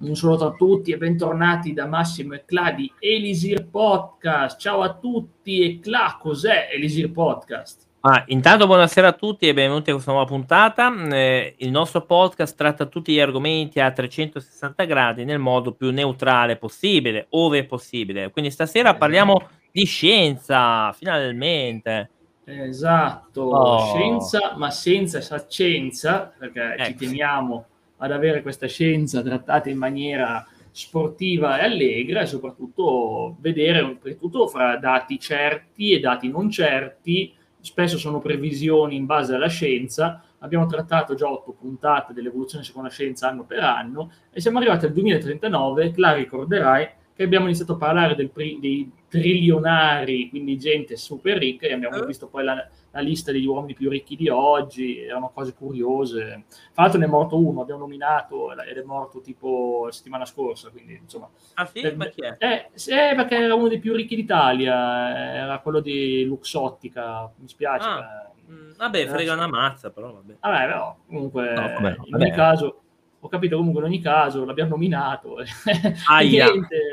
Un saluto a tutti e bentornati da Massimo e Cla di Elisir Podcast. Ciao a tutti e Cla, cos'è Elisir Podcast? Intanto buonasera a tutti e benvenuti a questa nuova puntata. Il nostro podcast tratta tutti gli argomenti a 360 gradi nel modo più neutrale possibile, ove possibile. Quindi stasera parliamo di scienza, finalmente. Esatto, scienza ma senza scienza, perché ci Ecco. teniamo ad avere questa scienza trattata in maniera sportiva e allegra e soprattutto vedere tutto fra dati certi e dati non certi. Spesso sono previsioni in base alla scienza. Abbiamo trattato già 8 puntate dell'evoluzione secondo la scienza anno per anno e siamo arrivati al 2039. La ricorderai che abbiamo iniziato a parlare dei trilionari, quindi gente super ricca, e abbiamo visto poi la lista degli uomini più ricchi di oggi. Erano cose curiose. Tra l'altro ne è morto uno, abbiamo nominato, ed è morto tipo la settimana scorsa, quindi insomma. Ah sì? Ma chi è? Perché era uno dei più ricchi d'Italia, era quello di Luxottica, mi spiace. Vabbè, frega una mazza, però vabbè. Vabbè, però, comunque, No, in ogni caso, ho capito, comunque in ogni caso l'abbiamo nominato. Aia.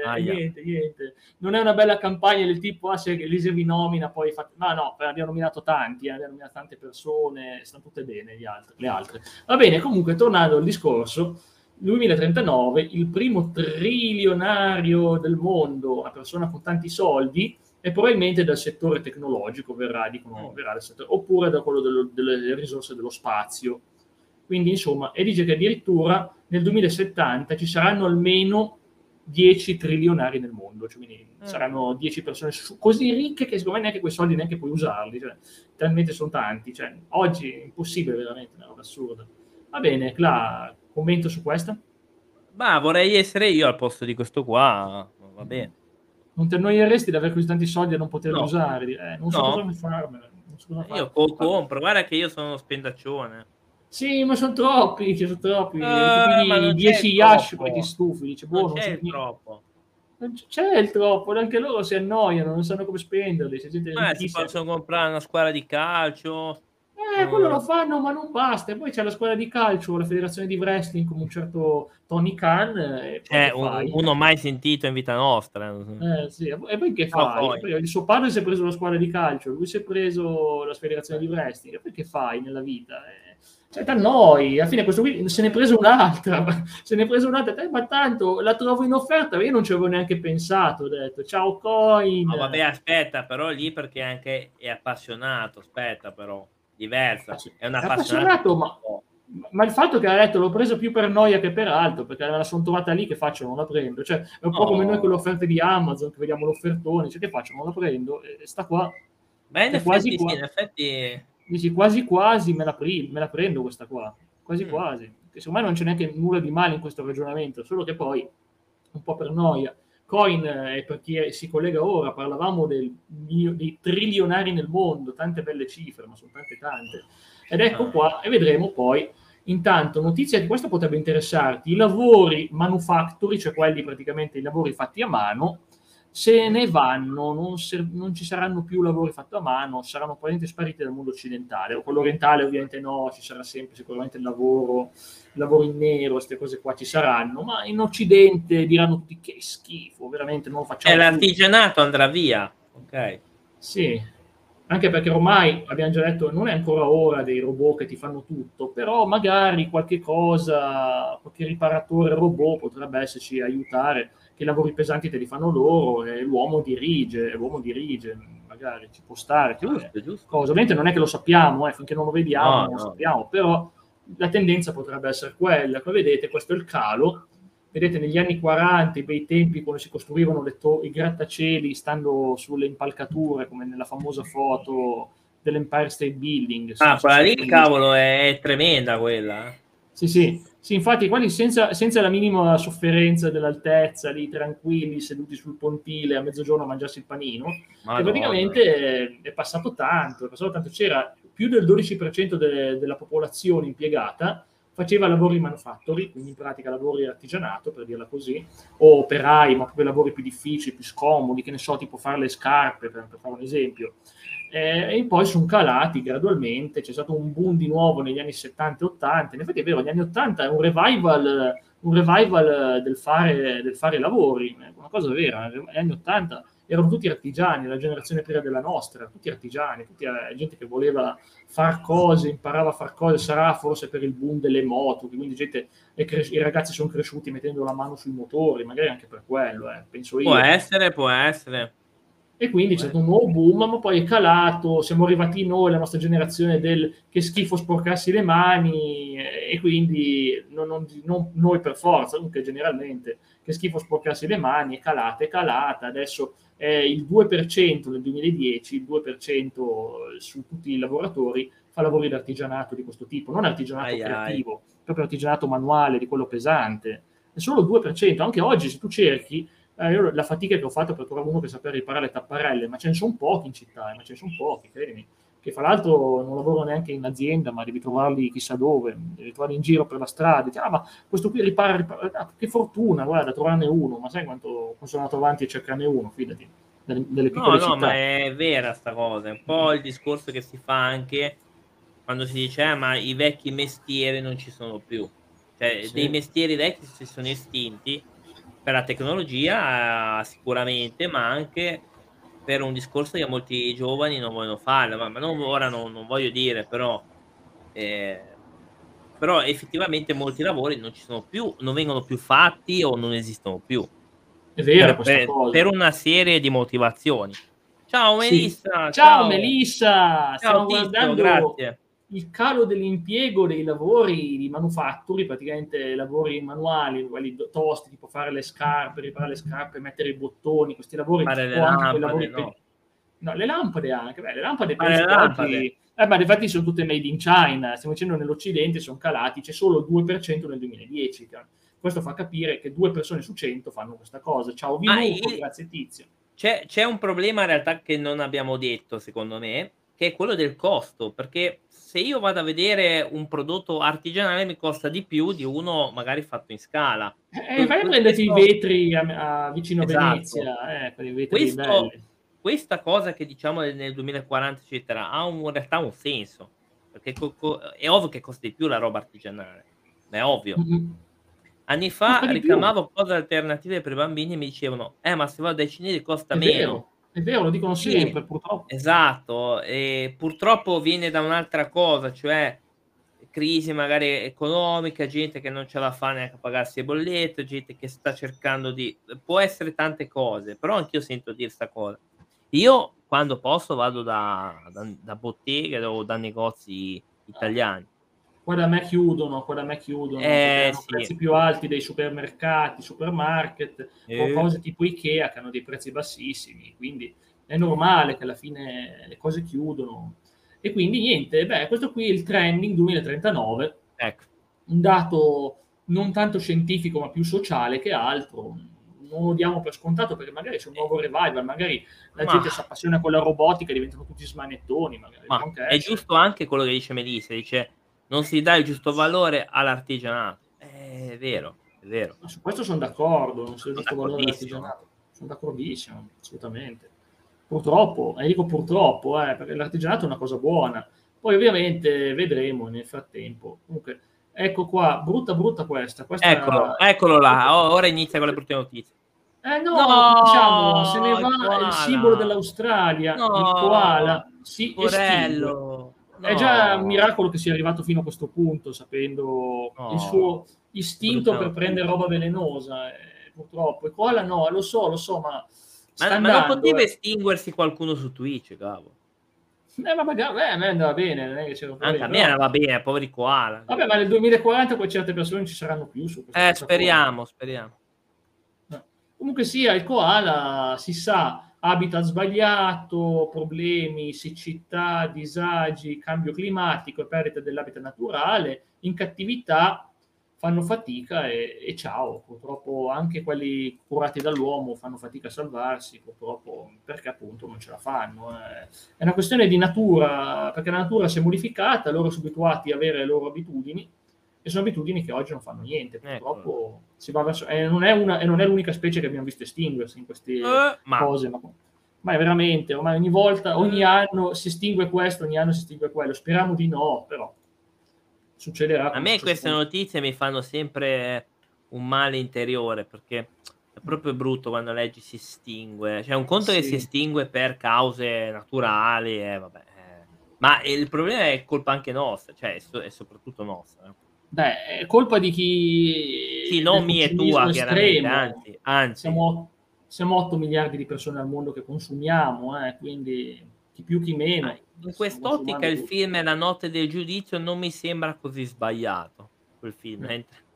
Niente. Non è una bella campagna del tipo, se Elise vi nomina, poi fate... No, abbiamo nominato tanti, abbiamo nominato tante persone, stanno tutte bene le altre. Va bene, comunque, tornando al discorso, 2039, il primo trilionario del mondo, una persona con tanti soldi, e probabilmente dal settore tecnologico verrà dal settore, oppure da quello delle risorse dello spazio. Quindi insomma, e dice che addirittura nel 2070 ci saranno almeno 10 trilionari nel mondo, cioè quindi saranno 10 persone così ricche che secondo me neanche quei soldi neanche puoi usarli, cioè, talmente sono tanti, cioè, oggi è impossibile veramente, una roba assurda. Va bene, Cla, commento su questa? Ma vorrei essere io al posto di questo qua, va bene. Non ti annoieresti di avere così tanti soldi e non poterli No. usare? Non so cosa farmene. Io compro, guarda che io sono uno spendaccione. Sì, ma sono troppi, sono troppi. Ma non c'è 10 il yash, poi ti troppo. stufi. Dici, Non non c'è so il troppo. Non c'è il troppo, anche loro si annoiano, non sanno come spenderli. C'è gente Si ricchissima. possono comprare una squadra di calcio. Quello lo fanno, ma non basta. E poi c'è la squadra di calcio, la federazione di wrestling come un certo Tony Khan. E poi che fai? Uno mai sentito in vita nostra. Sì. E poi che Però fai? poi. Il suo padre si è preso la squadra di calcio, lui si è preso la federazione di wrestling. E poi che fai nella vita? Cioè, da noi, alla fine questo qui se ne è preso un'altra, ma tanto la trovo in offerta, io non ci avevo neanche pensato, ho detto, ciao Coin. No, vabbè, aspetta, però lì perché anche è appassionato, aspetta però, diversa, è un appassionato, ma il fatto che ha detto l'ho preso più per noia che per altro, perché me la sono trovata lì, che faccio? Non la prendo, cioè è un po' come noi con le offerte di Amazon, che vediamo l'offertone, cioè che faccio? Non la prendo, e sta qua. Ma in effetti sì, in effetti... Dici quasi quasi me la prendo questa qua, quasi quasi, che secondo me non c'è neanche nulla di male in questo ragionamento, solo che poi un po' per noia. Coin, per chi si collega ora, parlavamo dei trilionari nel mondo, tante belle cifre, ma sono tante, ed ecco qua, e vedremo poi. Intanto, notizia che questo potrebbe interessarti, i lavori manufacturi, cioè quelli praticamente i lavori fatti a mano, se ne vanno, non ci saranno più lavori fatti a mano, saranno probabilmente spariti dal mondo occidentale, o quello orientale ovviamente no, ci sarà sempre sicuramente il lavoro in nero, queste cose qua ci saranno, ma in Occidente diranno tutti che schifo, veramente non lo facciamo più. L'artigianato andrà via, ok? Sì, anche perché ormai abbiamo già detto non è ancora ora dei robot che ti fanno tutto, però magari qualche cosa, qualche riparatore robot potrebbe esserci a aiutare, che i lavori pesanti te li fanno loro e l'uomo dirige, magari ci può stare. Giusto. Cosa. Ovviamente non è che lo sappiamo, finché non lo vediamo non lo No. sappiamo, però la tendenza potrebbe essere quella. Poi vedete, questo è il calo. Vedete, negli anni 40, i bei tempi, quando si costruivano i grattacieli stando sulle impalcature, come nella famosa foto dell'Empire State Building. Quella lì, cavolo, è tremenda quella. Sì, infatti, quelli senza la minima sofferenza dell'altezza, lì tranquilli, seduti sul pontile a mezzogiorno a mangiarsi il panino, che praticamente è passato tanto. C'era più del 12% della popolazione impiegata, faceva lavori manufactori, quindi in pratica lavori di artigianato, per dirla così, o operai, ma proprio lavori più difficili, più scomodi, che ne so, tipo fare le scarpe, per fare un esempio. E poi sono calati gradualmente, c'è stato un boom di nuovo negli anni 70 e 80, in effetti è vero, gli anni 80 è un revival del fare lavori, è una cosa vera, negli anni 80 erano tutti artigiani, la generazione prima della nostra, tutti artigiani, gente che voleva far cose, imparava a far cose, sarà forse per il boom delle moto, quindi i ragazzi sono cresciuti mettendo la mano sui motori, magari anche per quello, penso Può io. essere, può essere. E quindi c'è stato un nuovo boom, ma poi è calato, siamo arrivati noi, la nostra generazione del che schifo sporcarsi le mani, e quindi non noi per forza, comunque generalmente, che schifo sporcarsi le mani, è calata, adesso è il 2% nel 2010, il 2% su tutti i lavoratori fa lavori di artigianato di questo tipo, non artigianato creativo, proprio artigianato manuale, di quello pesante, è solo il 2%, anche oggi se tu cerchi, io la fatica che ho fatto per trovare uno che sapeva riparare le tapparelle, ma ce ne sono pochi in città, ma ce ne sono pochi, credimi, che fra l'altro non lavorano neanche in azienda, ma devi trovarli chissà dove, devi trovarli in giro per la strada, dici, ma questo qui ripara, che fortuna, guarda, trovarne uno, ma sai quanto sono andato avanti a cercarne uno, fidati, delle piccole città. No, ma è vera sta cosa, è un po' il discorso che si fa anche quando si dice ma i vecchi mestieri non ci sono più, cioè dei mestieri vecchi si sono estinti per la tecnologia sicuramente, ma anche per un discorso che molti giovani non vogliono fare, ma ora non voglio dire, però effettivamente molti lavori non ci sono più, non vengono più fatti o non esistono più. È vera questa cosa. Per una serie di motivazioni. Ciao Melissa, ciao Melissa, ciao stiamo Tizio, guardando grazie. il calo dell'impiego dei lavori di manufatturi, praticamente lavori manuali, quelli tosti, tipo fare le scarpe, riparare le scarpe, mettere i bottoni, questi lavori, Fare le o anche quei lampade, lavori no, le lampade anche, le lampade Fare penso le che lampade. oggi, ma infatti sono tutte made in China, stiamo dicendo nell'Occidente sono calati, c'è solo il 2% nel 2010, questo fa capire che 2 persone su 100 fanno questa cosa. Ciao Vinuco, grazie Tizio. C'è un problema in realtà che non abbiamo detto, secondo me, che è quello del costo, perché se io vado a vedere un prodotto artigianale mi costa di più di uno magari fatto in scala. Vai a prenderti i vetri vicino a Venezia, quei vetri belli. Questa cosa che diciamo nel 2040 eccetera ha in realtà un senso, perché è ovvio che costa di più la roba artigianale, ma è ovvio. Anni fa ricamavo cose alternative per i bambini e mi dicevano: ma se vado dai cinesi costa meno." È vero, lo dicono sempre, purtroppo. Esatto, e purtroppo viene da un'altra cosa, cioè crisi magari economica, gente che non ce la fa neanche a pagarsi le bollette, gente che sta cercando di può essere tante cose, però anch'io sento dire 'sta cosa. Io quando posso vado da botteghe o da negozi italiani. Qua da me chiudono perché hanno prezzi più alti dei supermercati, supermarket, o cose tipo Ikea che hanno dei prezzi bassissimi, quindi è normale che alla fine le cose chiudono. E quindi niente, questo qui è il trending 2039, Ecco. un dato non tanto scientifico ma più sociale che altro. Non lo diamo per scontato perché magari c'è un nuovo revival, magari la gente si appassiona con la robotica e diventano tutti smanettoni. Magari. Ma è giusto anche quello che dice Melissa, dice non si dà il giusto valore all'artigianato. È vero, è vero. Ma su questo sono d'accordo, non si dà il giusto valore all'artigianato. Sono d'accordissimo, assolutamente. Purtroppo, e dico purtroppo, perché l'artigianato è una cosa buona. Poi ovviamente vedremo nel frattempo. Comunque, ecco qua, brutta questa. Eccolo là, ora inizia con le brutte notizie. No, diciamo, se ne va il simbolo dell'Australia, il koala, si estingue. È già un miracolo che sia arrivato fino a questo punto, sapendo il suo istinto per prendere roba velenosa. Purtroppo, il koala no, lo so, ma sta andando, non poteva estinguersi qualcuno su Twitch, cavolo. Ma magari a me andava bene, non è che c'era anche a me andava bene, poveri koala. Vabbè, ma nel 2040 poi certe persone non ci saranno più su questa speriamo. Comunque sia, il koala si sa, habitat sbagliato, problemi, siccità, disagi, cambio climatico e perdita dell'habitat naturale, in cattività fanno fatica e ciao, purtroppo anche quelli curati dall'uomo fanno fatica a salvarsi, purtroppo perché appunto non ce la fanno. È una questione di natura, perché la natura si è modificata, loro sono abituati a avere le loro abitudini e sono abitudini che oggi non fanno niente. Purtroppo Ecco. si va verso... non è l'unica specie che abbiamo visto estinguersi in queste cose, ma è veramente, ormai ogni volta, ogni anno si estingue questo, ogni anno si estingue quello. Speriamo di no, però succederà. A me queste notizie mi fanno sempre un male interiore, perché è proprio brutto quando leggi si estingue. Cioè, un conto che si estingue per cause naturali, vabbè. Ma il problema è colpa anche nostra, cioè è soprattutto nostra. Beh, è colpa di chi... Sì, non mia e tua, chiaramente, anzi. Siamo 8 miliardi di persone al mondo che consumiamo, quindi chi più chi meno. In quest'ottica il film La notte del giudizio non mi sembra così sbagliato, quel film.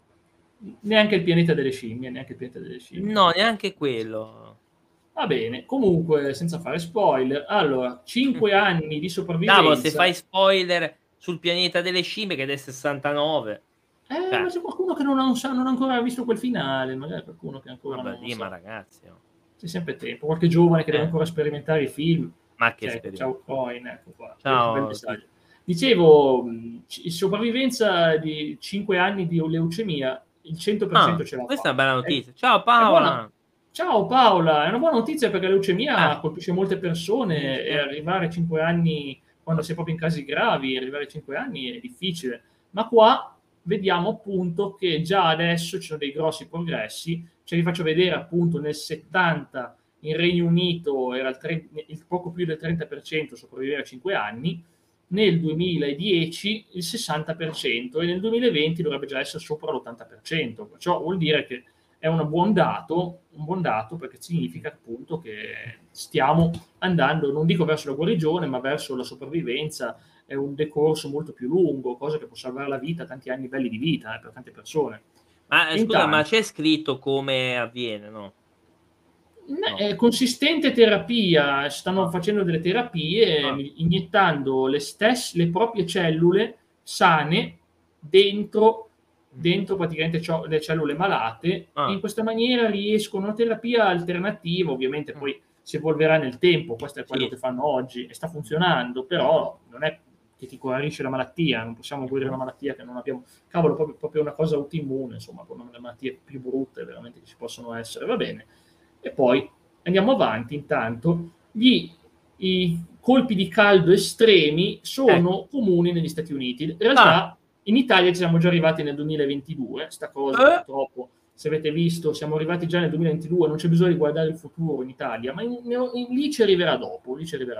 Neanche il pianeta delle scimmie, No, neanche quello. Va bene, comunque, senza fare spoiler, allora, 5 anni di sopravvivenza... Cavolo, se fai spoiler sul pianeta delle scimmie, che è del 69... ma c'è qualcuno che non ha ancora visto quel finale, magari qualcuno che ancora non sa. Ma ragazzi... C'è sempre tempo, qualche giovane che deve ancora sperimentare i film. Ma che esperienza. Ciao Coin, ecco qua. Ciao. Dicevo, sopravvivenza di 5 anni di leucemia, il 100% ce l'ha. Questa è una bella notizia. Ciao Paola! Ciao Paola, è una buona notizia perché leucemia colpisce molte persone e arrivare a 5 anni, quando si è proprio in casi gravi, arrivare a 5 anni è difficile. Ma qua vediamo appunto che già adesso ci sono dei grossi progressi. Ce li faccio vedere appunto nel 70 in Regno Unito era il poco più del 30% sopravvivere a 5 anni, nel 2010 il 60% e nel 2020 dovrebbe già essere sopra l'80%. Ciò vuol dire che è un buon dato perché significa appunto che stiamo andando, non dico verso la guarigione, ma verso la sopravvivenza. È un decorso molto più lungo, cosa che può salvare la vita, tanti anni belli di vita per tante persone. Ma scusa, ma c'è scritto come avviene, no? È consistente terapia, stanno facendo delle terapie iniettando le proprie cellule sane dentro praticamente le cellule malate e in questa maniera riescono a una terapia alternativa, ovviamente poi si evolverà nel tempo, questo è quello che fanno oggi e sta funzionando, però non è che ti guarisce la malattia, non possiamo guarire una malattia che non abbiamo, cavolo, proprio una cosa autoimmune, insomma, una delle malattie più brutte veramente che ci possono essere, va bene. E poi andiamo avanti, intanto i colpi di caldo estremi sono comuni negli Stati Uniti. In realtà in Italia ci siamo già arrivati nel 2022, sta cosa purtroppo, se avete visto, siamo arrivati già nel 2022, non c'è bisogno di guardare il futuro in Italia, ma lì ci arriverà dopo.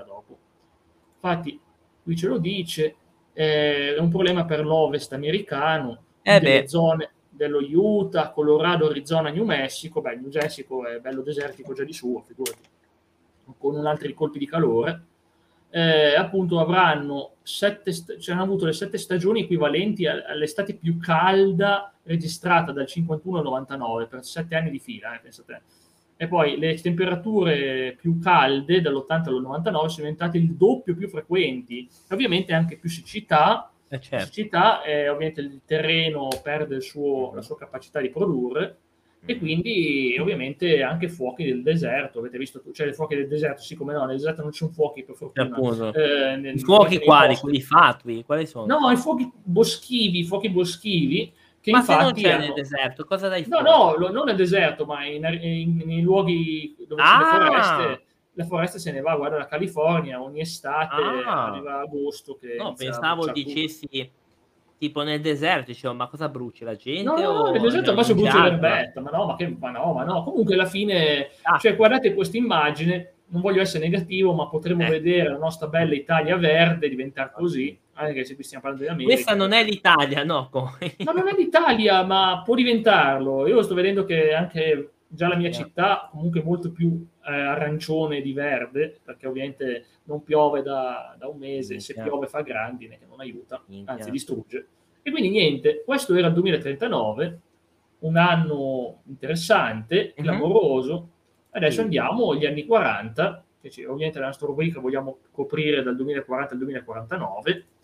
Infatti, qui ce lo dice, è un problema per l'ovest americano, delle zone dello Utah, Colorado, Arizona, New Mexico. Beh, New Mexico è bello desertico già di suo, figurati, con altri colpi di calore. Appunto hanno avuto le 7 stagioni equivalenti all'estate più calda registrata dal 51 al 99 per 7 anni di fila, pensate. E poi le temperature più calde dall'80 al 99 sono diventate il doppio più frequenti, ovviamente anche più siccità. Siccità, ovviamente il terreno perde la sua capacità di produrre e quindi ovviamente anche fuochi del deserto. Avete visto, cioè i fuochi del deserto, sì come no, nel deserto non ci sono fuochi per fortuna. I fuochi quali? Quelli fatui? Quali sono? No, i fuochi boschivi che ma infatti se non c'è nel deserto, cosa dai fuoco? No, non nel deserto, ma nei luoghi dove ci sono le foreste. La foresta se ne va, guarda la California, ogni estate arriva agosto che pensavo dicessi tipo nel deserto, dicevo, ma cosa bruci la gente? No, nel deserto al massimo bruci l'erbetta, ma no. Comunque alla fine, cioè guardate questa immagine, non voglio essere negativo, ma potremmo vedere la nostra bella Italia verde diventare così, anche se qui stiamo parlando di America. Questa non è l'Italia, no? Ma non è l'Italia, ma può diventarlo. Io sto vedendo che anche già la mia città comunque molto più arancione di verde, perché ovviamente non piove da un mese, se piove fa grandine che non aiuta, anzi distrugge. E quindi niente, questo era il 2039, un anno interessante, clamoroso. Adesso andiamo agli anni 40, che ovviamente la nostra rubrica vogliamo coprire dal 2040 al 2049,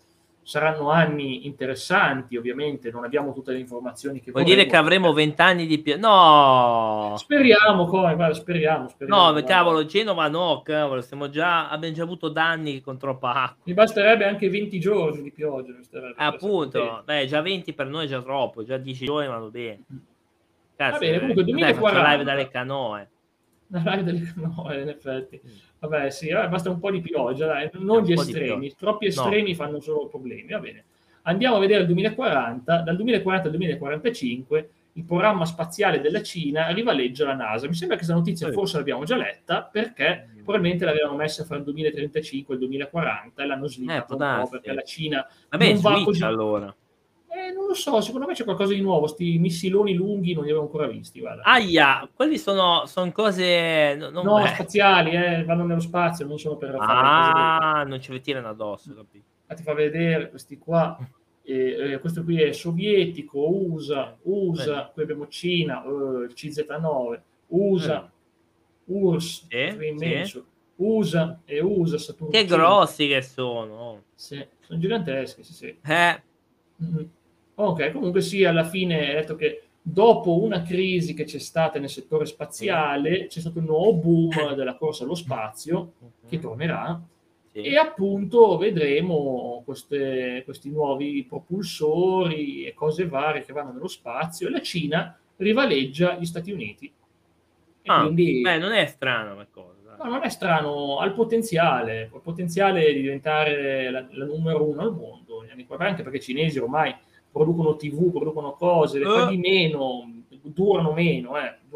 saranno anni interessanti, ovviamente non abbiamo tutte le informazioni che vuol dire che avremo 20 anni di più? No! Speriamo, guarda, speriamo. No, cavolo, Genova no, cavolo, abbiamo già avuto danni con troppa acqua. Mi basterebbe anche 20 giorni di pioggia. Appunto, beh, già 20 per noi è già troppo, già 10 giorni vanno bene. Cazzo, va bene, comunque 2040. Faccio live dalle canoe. La live dalle canoe, in effetti. Vabbè, sì, basta un po' di pioggia, dai, non gli estremi. Troppi estremi fanno solo problemi, va bene. Andiamo a vedere il 2040, dal 2040 al 2045 il programma spaziale della Cina rivaleggia la NASA. Mi sembra che questa notizia forse l'abbiamo già letta, perché probabilmente l'avevano messa fra il 2035 e il 2040 e l'hanno slittata un po', perché la Cina non va così. Allora. Non lo so, secondo me c'è qualcosa di nuovo. Sti missiloni lunghi non li avevo ancora visti, guarda. Aia, quelli sono cose spaziali, vanno nello spazio, non sono per fare non ce le tirano addosso, capito? Ti fa vedere questi qua. Questo qui è sovietico, USA, qui abbiamo Cina, il CZ9, USA, URSS, immenso, USA e USA, Saturno. Che grossi che sono! Sì, sono giganteschi, sì. Mm-hmm. Ok, comunque sì, alla fine è detto che dopo una crisi che c'è stata nel settore spaziale c'è stato un nuovo boom della corsa allo spazio che tornerà. E appunto vedremo questi nuovi propulsori e cose varie che vanno nello spazio, e la Cina rivaleggia gli Stati Uniti. E quindi non è strano la cosa. No, non è strano, ha il potenziale di diventare la numero uno al mondo, anche perché i cinesi ormai producono TV, producono cose, le fa di meno, durano meno.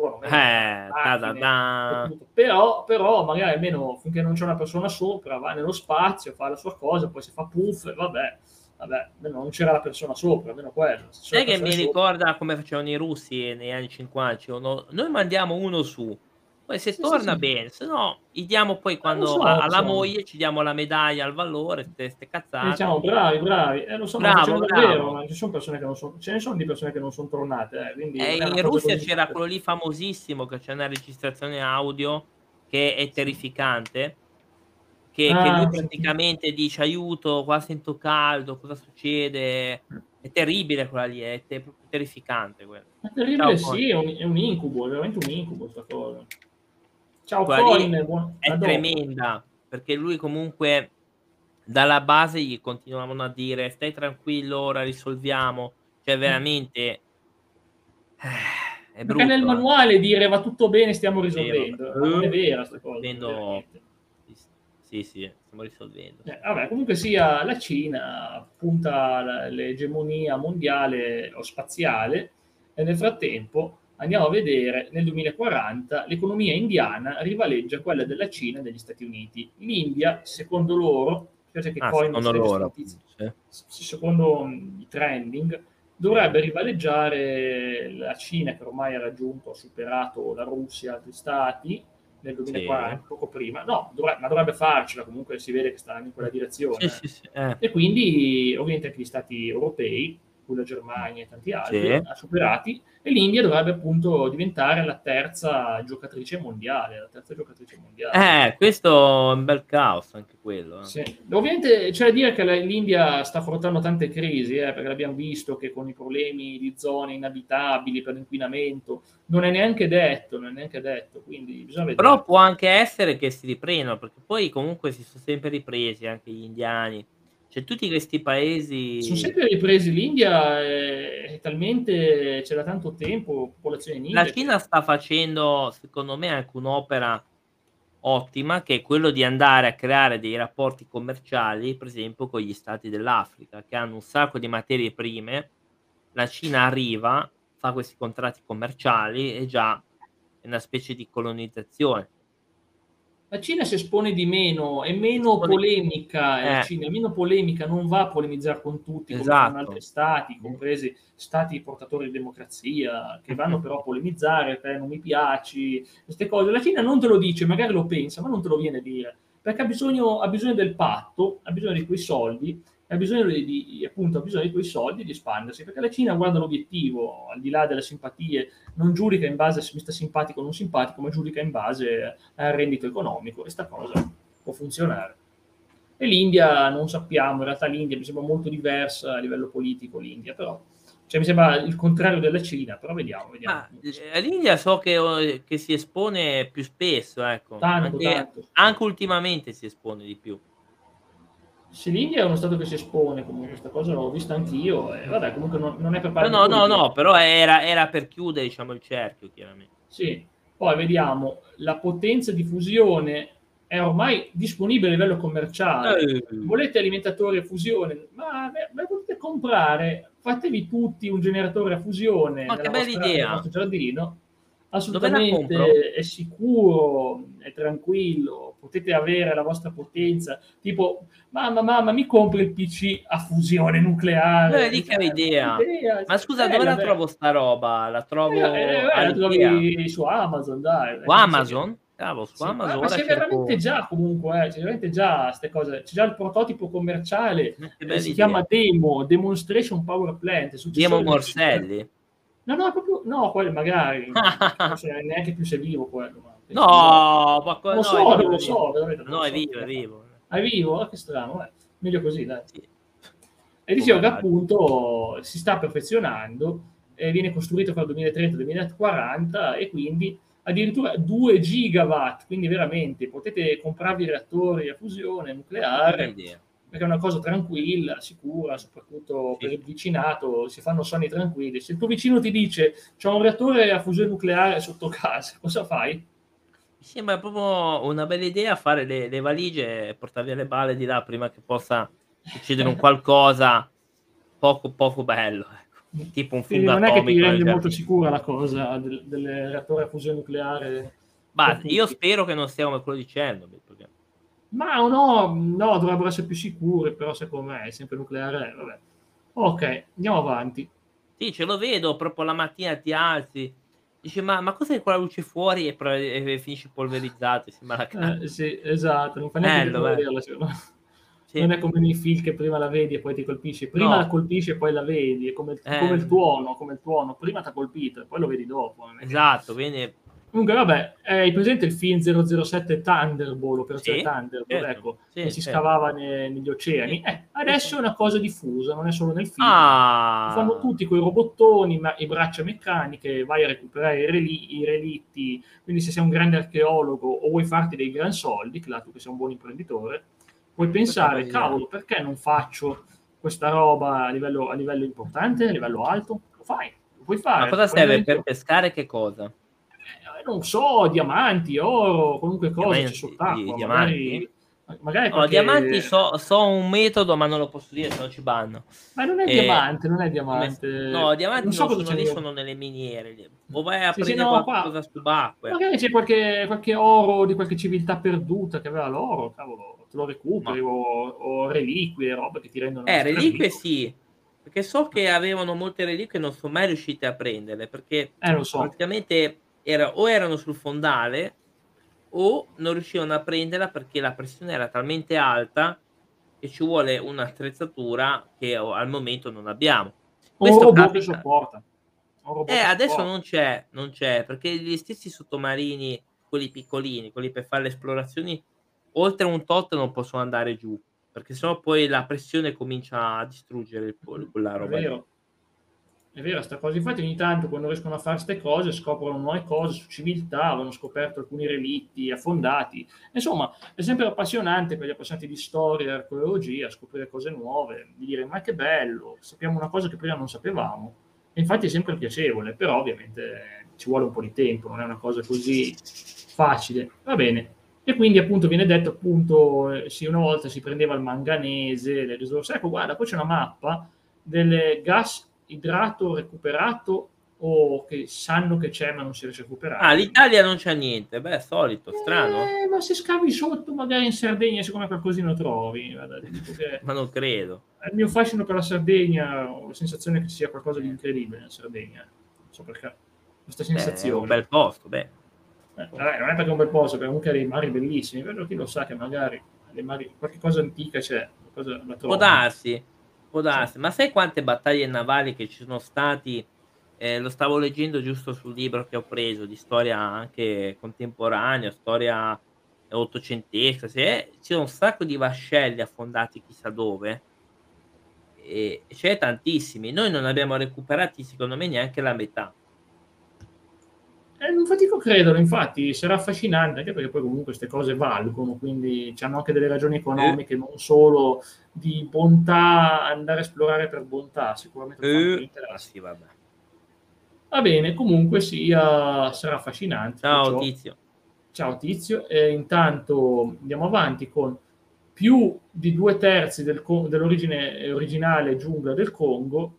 Però magari almeno finché non c'è una persona sopra, va nello spazio, fa la sua cosa, poi se fa puff, vabbè, non c'era la persona sopra, almeno quello. Sai che mi ricorda come facevano i russi negli anni 50, noi mandiamo uno su, poi se torna bene, se no gli diamo poi quando alla moglie ci diamo la medaglia al valore, ste cazzate. Diciamo bravi, lo so, bravo. Davvero, ma ci sono persone che non sono, ce ne sono di persone che non sono tornate, quindi in Russia c'era quello lì famosissimo che c'è una registrazione audio che è terrificante, che lui praticamente dice aiuto, qua sento caldo, cosa succede? È terribile quella lì, è proprio terrificante quella. È terribile, sì, è un incubo, è veramente un incubo questa cosa. Ciao Colin, è tremenda, perché lui comunque dalla base gli continuavano a dire stai tranquillo, ora risolviamo, cioè veramente è brutto. Perché nel manuale dire va tutto bene, stiamo risolvendo, ma non è vera questa cosa. Sì, stiamo risolvendo. Vabbè, comunque sia, la Cina punta all'egemonia mondiale o spaziale, e nel frattempo andiamo a vedere nel 2040 l'economia indiana rivaleggia quella della Cina e degli Stati Uniti. L'India, secondo loro, secondo i trending, dovrebbe rivaleggiare la Cina, che ormai ha superato la Russia e altri stati nel 2040, poco prima. No, ma dovrebbe farcela, comunque si vede che sta in quella direzione. E quindi ovviamente anche gli stati europei, la Germania e tanti altri, ha superati, e l'India dovrebbe appunto diventare la terza giocatrice mondiale. Questo è un bel caos anche quello. Sì. Ovviamente c'è da dire che l'India sta affrontando tante crisi, perché l'abbiamo visto che con i problemi di zone inabitabili per l'inquinamento non è neanche detto, quindi bisogna vedere. Però può anche essere che si riprendano, perché poi comunque si sono sempre ripresi anche gli indiani. Cioè tutti questi paesi sono sempre ripresi. L'India è talmente, c'è da tanto tempo popolazione in India. La Cina sta facendo secondo me anche un'opera ottima, che è quello di andare a creare dei rapporti commerciali, per esempio con gli stati dell'Africa che hanno un sacco di materie prime. La Cina arriva, fa questi contratti commerciali e già è una specie di colonizzazione. La Cina si espone di meno, è meno polemica, la Cina è meno polemica, non va a polemizzare con tutti come fanno altri stati, compresi stati portatori di democrazia, che vanno però a polemizzare, non mi piaci, queste cose. La Cina non te lo dice, magari lo pensa, ma non te lo viene a dire, perché ha bisogno del patto, ha bisogno di quei soldi, ha bisogno di quei soldi di espandersi, perché la Cina guarda l'obiettivo, al di là delle simpatie, non giudica in base a se mi sta simpatico o non simpatico, ma giudica in base al reddito economico, e sta cosa può funzionare. E l'India non sappiamo, in realtà l'India mi sembra molto diversa a livello politico, l'India, però cioè, mi sembra il contrario della Cina, però vediamo. Ma l'India so che si espone più spesso, ecco, Tanto, anche, tanto. anche ultimamente si espone di più. Sì, l'India è uno stato che si espone, comunque questa cosa l'ho vista anch'io, e vabbè, comunque non è per No, parlare no, troppo di no, tempo. no, però era per chiudere, diciamo, il cerchio, chiaramente. Sì, poi vediamo, la potenza di fusione è ormai disponibile a livello commerciale. Eh, Volete alimentatori a fusione? Ma me potete comprare, fatevi tutti un generatore a fusione ma che bella nel idea! vostro giardino. Dove la compro? Assolutamente è sicuro, è tranquillo, potete avere la vostra potenza. Tipo, mamma, mi compri il PC a fusione nucleare? Di Dice, che idea! idea, Ma scusa, dove bella, la bella. trovo sta roba? La trovo La all'IKEA? trovi su Amazon, dai. Su Amazon? Cavolo, su Sì, Amazon ma ora c'è veramente cerco. già comunque, c'è veramente già queste cose, c'è già il prototipo commerciale, Ma che bella si chiama idea. Demonstration Power Plant, il Demo successore del super... Morselli? No, no, proprio, no, quello magari, forse neanche più se è vivo quello, ma penso di no. No, ma Non lo no, è so, non vivo, è lo vivo. so, veramente non lo No, è so. vivo, è vivo. È vivo? Che strano, meglio così, dai. Sì, E dicevo che poveraccio. appunto si sta perfezionando, viene costruito fra il 2030 e il 2040 e quindi addirittura 2 gigawatt, quindi veramente potete comprarvi reattori a fusione Ma che bella nucleare, idea. perché è una cosa tranquilla, sicura, soprattutto per Sì. il vicinato, si fanno sonni tranquilli. Se il tuo vicino ti dice c'ho un reattore a fusione nucleare sotto casa, cosa fai? Mi sembra proprio una bella idea fare le valigie e portar via le balle di là prima che possa succedere un qualcosa poco bello, ecco. Tipo un Quindi fungo non è che ti atomico nel rende molto giardino. sicura la cosa del reattore a fusione nucleare per Ma io tutti. spero che non sia come quello di Chernobyl, perché Ma no, dovrebbero essere più sicure, però secondo me è sempre nucleare, vabbè. Ok, andiamo avanti. sì, ce lo vedo proprio la mattina ti alzi, dici: "Ma cos'è quella luce fuori?" E finisci polverizzato, ti sembra la ca Sì, esatto, non fa neanche bello, tempo a be vederla, secondo me. Non sì, è come nei film che prima la vedi e poi ti colpisce. Prima la no, colpisce e poi la vedi, è ehm, come il tuono. Prima t'ha colpito e poi lo vedi dopo. Non è che... esatto, quindi Comunque, vabbè, hai presente il film 007 Thunderball, Operazione sì, Thunderball, certo, ecco, che sì, si certo, scavava negli sì, oceani? sì, Adesso sì. è una cosa diffusa, non è solo nel film. Lo fanno Ah, tutti coi robottoni, e braccia meccaniche, vai a recuperare i relitti, quindi se sei un grande archeologo o vuoi farti dei gran soldi, che tu che sei un buon imprenditore, puoi questa è una pensare, bella idea. cavolo, perché non faccio questa roba a livello importante, a livello alto? Lo fai, lo puoi Ma fare, cosa puoi andare serve in per giro. pescare che cosa? Non so, diamanti, oro, qualunque cosa c'è I sott'acqua, diamanti? magari No, diamanti qualche... so un metodo, ma non lo posso dire, se no ci banno. Ma non è Ehm, diamante, non è come s no, diamante. diamanti Non so non cosa sono c'è lì, nel... sono nelle miniere lì. O vai a Sì, sì, prendere no, qua qualcosa subacquea. magari c'è qualche oro di qualche civiltà perduta che aveva l'oro, cavolo, te lo recuperi, Ma o reliquie, robe che ti rendono reliquie straricco. sì, perché so che avevano molte reliquie e non son mai riusciti a prenderle, perché Lo so. praticamente erano sul fondale o non riuscivano a prenderla perché la pressione era talmente alta che ci vuole un'attrezzatura che al momento non abbiamo. Un Questo robot che capita sopporta. Un robot che adesso sopporta. non c'è, perché gli stessi sottomarini, quelli piccolini, quelli per fare le esplorazioni, oltre un tot non possono andare giù, perché se no poi la pressione comincia a distruggere quella È roba lì. vero. È vera sta cosa, infatti ogni tanto quando riescono a fare 'ste cose scoprono nuove cose su civiltà, avevano scoperto alcuni relitti affondati. Insomma, è sempre appassionante per gli appassionati di storia e archeologia scoprire cose nuove, di dire: "Ma che bello, sappiamo una cosa che prima non sapevamo". E infatti è sempre piacevole, però ovviamente ci vuole un po' di tempo, non è una cosa così facile. Va bene. E quindi appunto viene detto appunto, sì, una volta si prendeva il manganese, le risorse ecco guarda, poi c'è una mappa del gas idrato recuperato o che sanno che c'è ma non si riesce a Ah, recuperare. l'Italia non c'ha niente. Beh, solito, strano. Ma se scavi sotto magari in Sardegna siccome qualcosina trovi, guarda, ti dico che Ma non credo. il mio fascino per la Sardegna, ho la sensazione che ci sia qualcosa di incredibile in Sardegna. Non so perché, questa Beh, è un sensazione. bel posto, beh. Vabbè, non è perché è un bel posto, perché comunque ha dei mari bellissimi, però chi lo sa che magari nei mari, qualche cosa antica c'è, qualcosa la Può trovi. darsi, può Sì. darsi. Ma sai quante battaglie navali che ci sono stati? Lo stavo leggendo giusto sul libro che ho preso di storia anche contemporanea, storia ottocentesca, ci sono un sacco di vascelli affondati chissà dove, ce n'è tantissimi. Noi non abbiamo recuperati secondo me neanche la metà. Non fatico a crederlo, infatti sarà affascinante, anche perché poi comunque queste cose valgono, quindi c'hanno anche delle ragioni economiche, non solo di bontà, andare a esplorare per bontà, sicuramente lo fanno per interesse. Sì, vabbè. Va bene, comunque sia, sarà affascinante. Ciao Perciò, Tizio. ciao Tizio, e intanto andiamo avanti con più di 2/3 dell'origine originale giungla del Congo.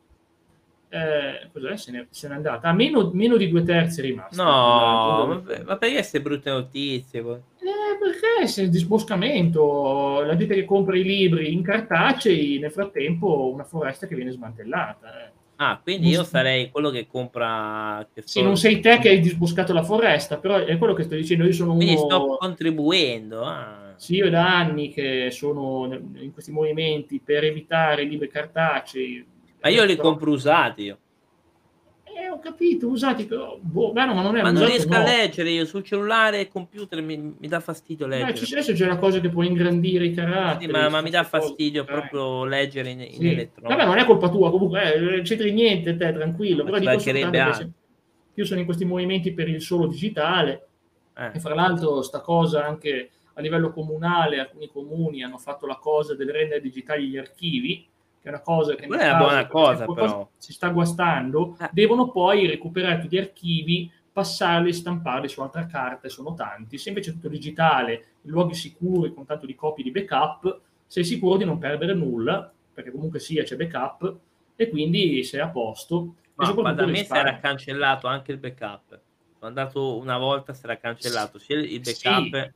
Cos'è? Se n'è andata. Meno di 2/3 è rimasta. No, ma perché queste brutte notizie? Perché c'è il disboscamento, la gente che compra i libri in cartacei, nel frattempo una foresta che viene smantellata. Quindi io sarei quello che compra. Sì, non sei te che hai disboscato la foresta, però è quello che sto dicendo. Io sono Quindi uno. sto contribuendo. Sì, io da anni che sono in questi movimenti per evitare i libri cartacei. Ma io li compro usati io. Ho capito, usati però. Ma non è Ma un non usato, riesco a no. leggere io sul cellulare e computer, mi dà fastidio leggere. Adesso c'è la cosa che può ingrandire i caratteri. Sì, ma mi dà fastidio proprio leggere in sì. elettronico. Vabbè, non è colpa tua, comunque, non c'entri niente te, tranquillo. Però dico soltanto che io sono in questi movimenti per il solo digitale e fra l'altro sta cosa anche a livello comunale, alcuni comuni hanno fatto la cosa del rendere digitali gli archivi, che è una cosa che quella è una buona cosa, però si sta guastando, devono poi recuperare tutti gli archivi, passarli, stamparli su altra carta, e sono tanti. Se invece è tutto digitale, in luoghi sicuri, con tanto di copie di backup, sei sicuro di non perdere nulla, perché comunque sia c'è backup, e quindi sei a posto. Ma da me si era cancellato anche il backup. Sono andato una volta, si era cancellato sia il backup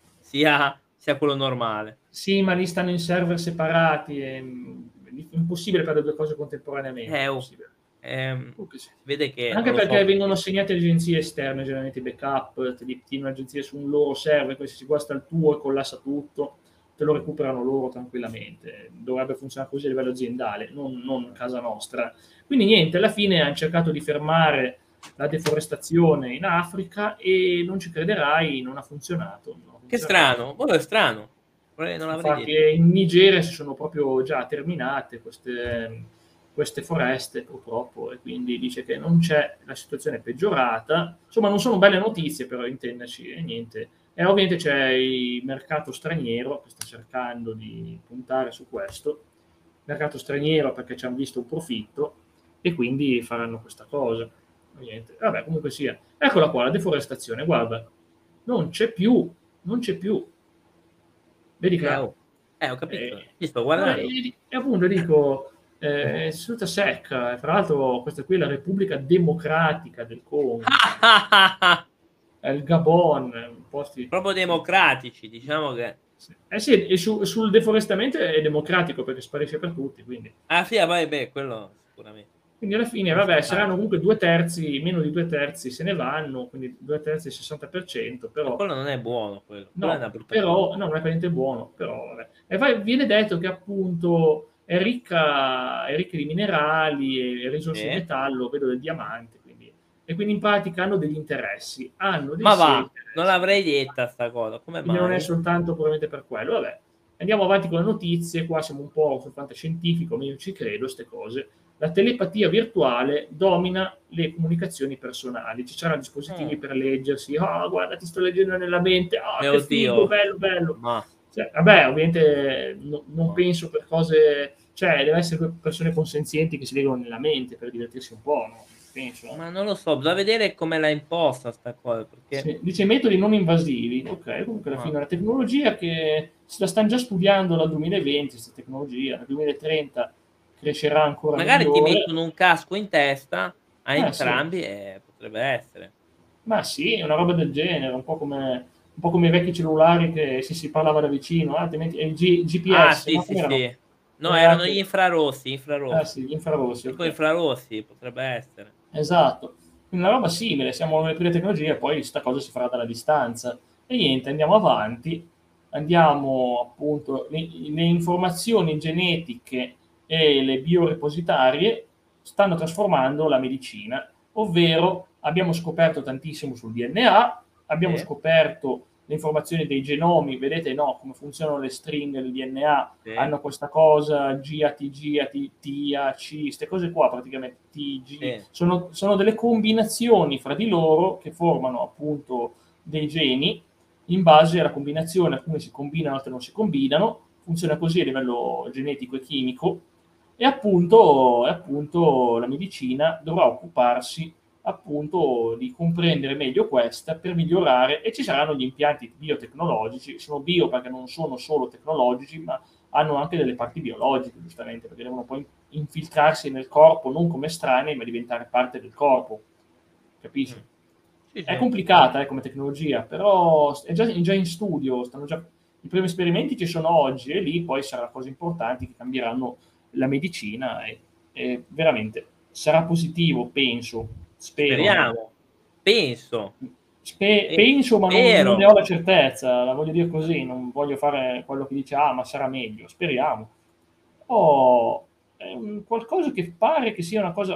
sia quello normale. Sì, ma lì stanno in server separati, è impossibile fare due cose contemporaneamente. Vede che anche perché vengono assegnati alle agenzie esterne, generalmente i backup, te li tiene un'agenzia su un loro server, poi se si guasta il tuo e collassa tutto, te lo recuperano loro tranquillamente. Dovrebbe funzionare così a livello aziendale, non casa nostra. Quindi niente, alla fine hanno cercato di fermare la deforestazione in Africa e non ci crederai, non ha funzionato. Che strano, è strano. Non Infatti in Nigeria si sono proprio già terminate queste foreste purtroppo, e quindi dice che non c'è, la situazione è peggiorata. Insomma, non sono belle notizie, però intenderci, e niente. E ovviamente c'è il mercato straniero che sta cercando di puntare su questo, mercato straniero perché ci hanno visto un profitto e quindi faranno questa cosa. Niente. Vabbè, comunque sia. Eccola qua, la deforestazione, guarda, non c'è più. Vedi che ho capito, mi sto guardando. E appunto dico, è tutta secca. Tra l'altro questa qui è la Repubblica Democratica del Congo. È il Gabon, posti proprio democratici, diciamo che. Sì, e sul deforestamento è democratico perché sparisce per tutti, quindi. Sì, vai, quello sicuramente. Quindi alla fine, vabbè, saranno comunque 2/3, meno di 2/3 se ne vanno, quindi 2/3 il 60%, però. Quello non è buono, quello. No, però non è per niente buono, però vabbè. E viene detto che appunto è ricca di minerali e risorse di metallo, vedo del diamante, e quindi in pratica hanno degli interessi. Non l'avrei detta sta cosa, come mai? Non è soltanto probabilmente per quello, vabbè. Andiamo avanti con le notizie, qua siamo un po' sul fantascientifico, ma io ci credo, queste cose. La telepatia virtuale domina le comunicazioni personali. Ci saranno dispositivi per leggersi. Guarda, ti sto leggendo nella mente. Che figo, bello. Vabbè, ovviamente non penso per cose. Cioè, deve essere persone consenzienti che si leggono nella mente per divertirsi un po', no? Penso. Ma non lo so, bisogna vedere come l'ha imposta sta cosa. Perché. Sì, dice metodi non invasivi. Ok, comunque alla fine è una tecnologia che la stanno già studiando dal 2020, questa tecnologia. Nel 2030 crescerà ancora. Magari ti mettono un casco in testa a entrambi, sì. E potrebbe essere. Ma sì, una roba del genere, un po' come i vecchi cellulari che si parlava da vicino, altrimenti è il GPS. Sì. No, erano gli infrarossi. Sì, gli infrarossi. Tipo infrarossi, potrebbe essere. Esatto. Una roba simile, siamo nelle prime tecnologie, poi questa cosa si farà dalla distanza. E niente, andiamo avanti. Andiamo appunto, le informazioni genetiche e le biorepositarie stanno trasformando la medicina, ovvero abbiamo scoperto tantissimo sul DNA, abbiamo scoperto le informazioni dei genomi, vedete, no, come funzionano le stringhe del DNA, Sì. hanno questa cosa, GATG, TAC, queste cose qua praticamente, TG, Sì. sono delle combinazioni fra di loro che formano appunto dei geni. In base alla combinazione, alcune si combinano, altre non si combinano, funziona così a livello genetico e chimico, e appunto la medicina dovrà occuparsi appunto di comprendere meglio questa per migliorare, e ci saranno gli impianti biotecnologici, sono bio perché non sono solo tecnologici, ma hanno anche delle parti biologiche, giustamente, perché devono poi infiltrarsi nel corpo non come estranei, ma diventare parte del corpo, capisci? Sì, È sì. complicata come tecnologia, però è già in studio, i primi esperimenti ci sono oggi, e lì poi saranno cose importanti che cambieranno la medicina, e veramente sarà positivo, penso, spero almeno. Speriamo. Penso. Penso, ma non ne Spero. ho la certezza, la voglio dire così, non voglio fare quello che dice, ma sarà meglio, speriamo. È qualcosa che pare che sia una cosa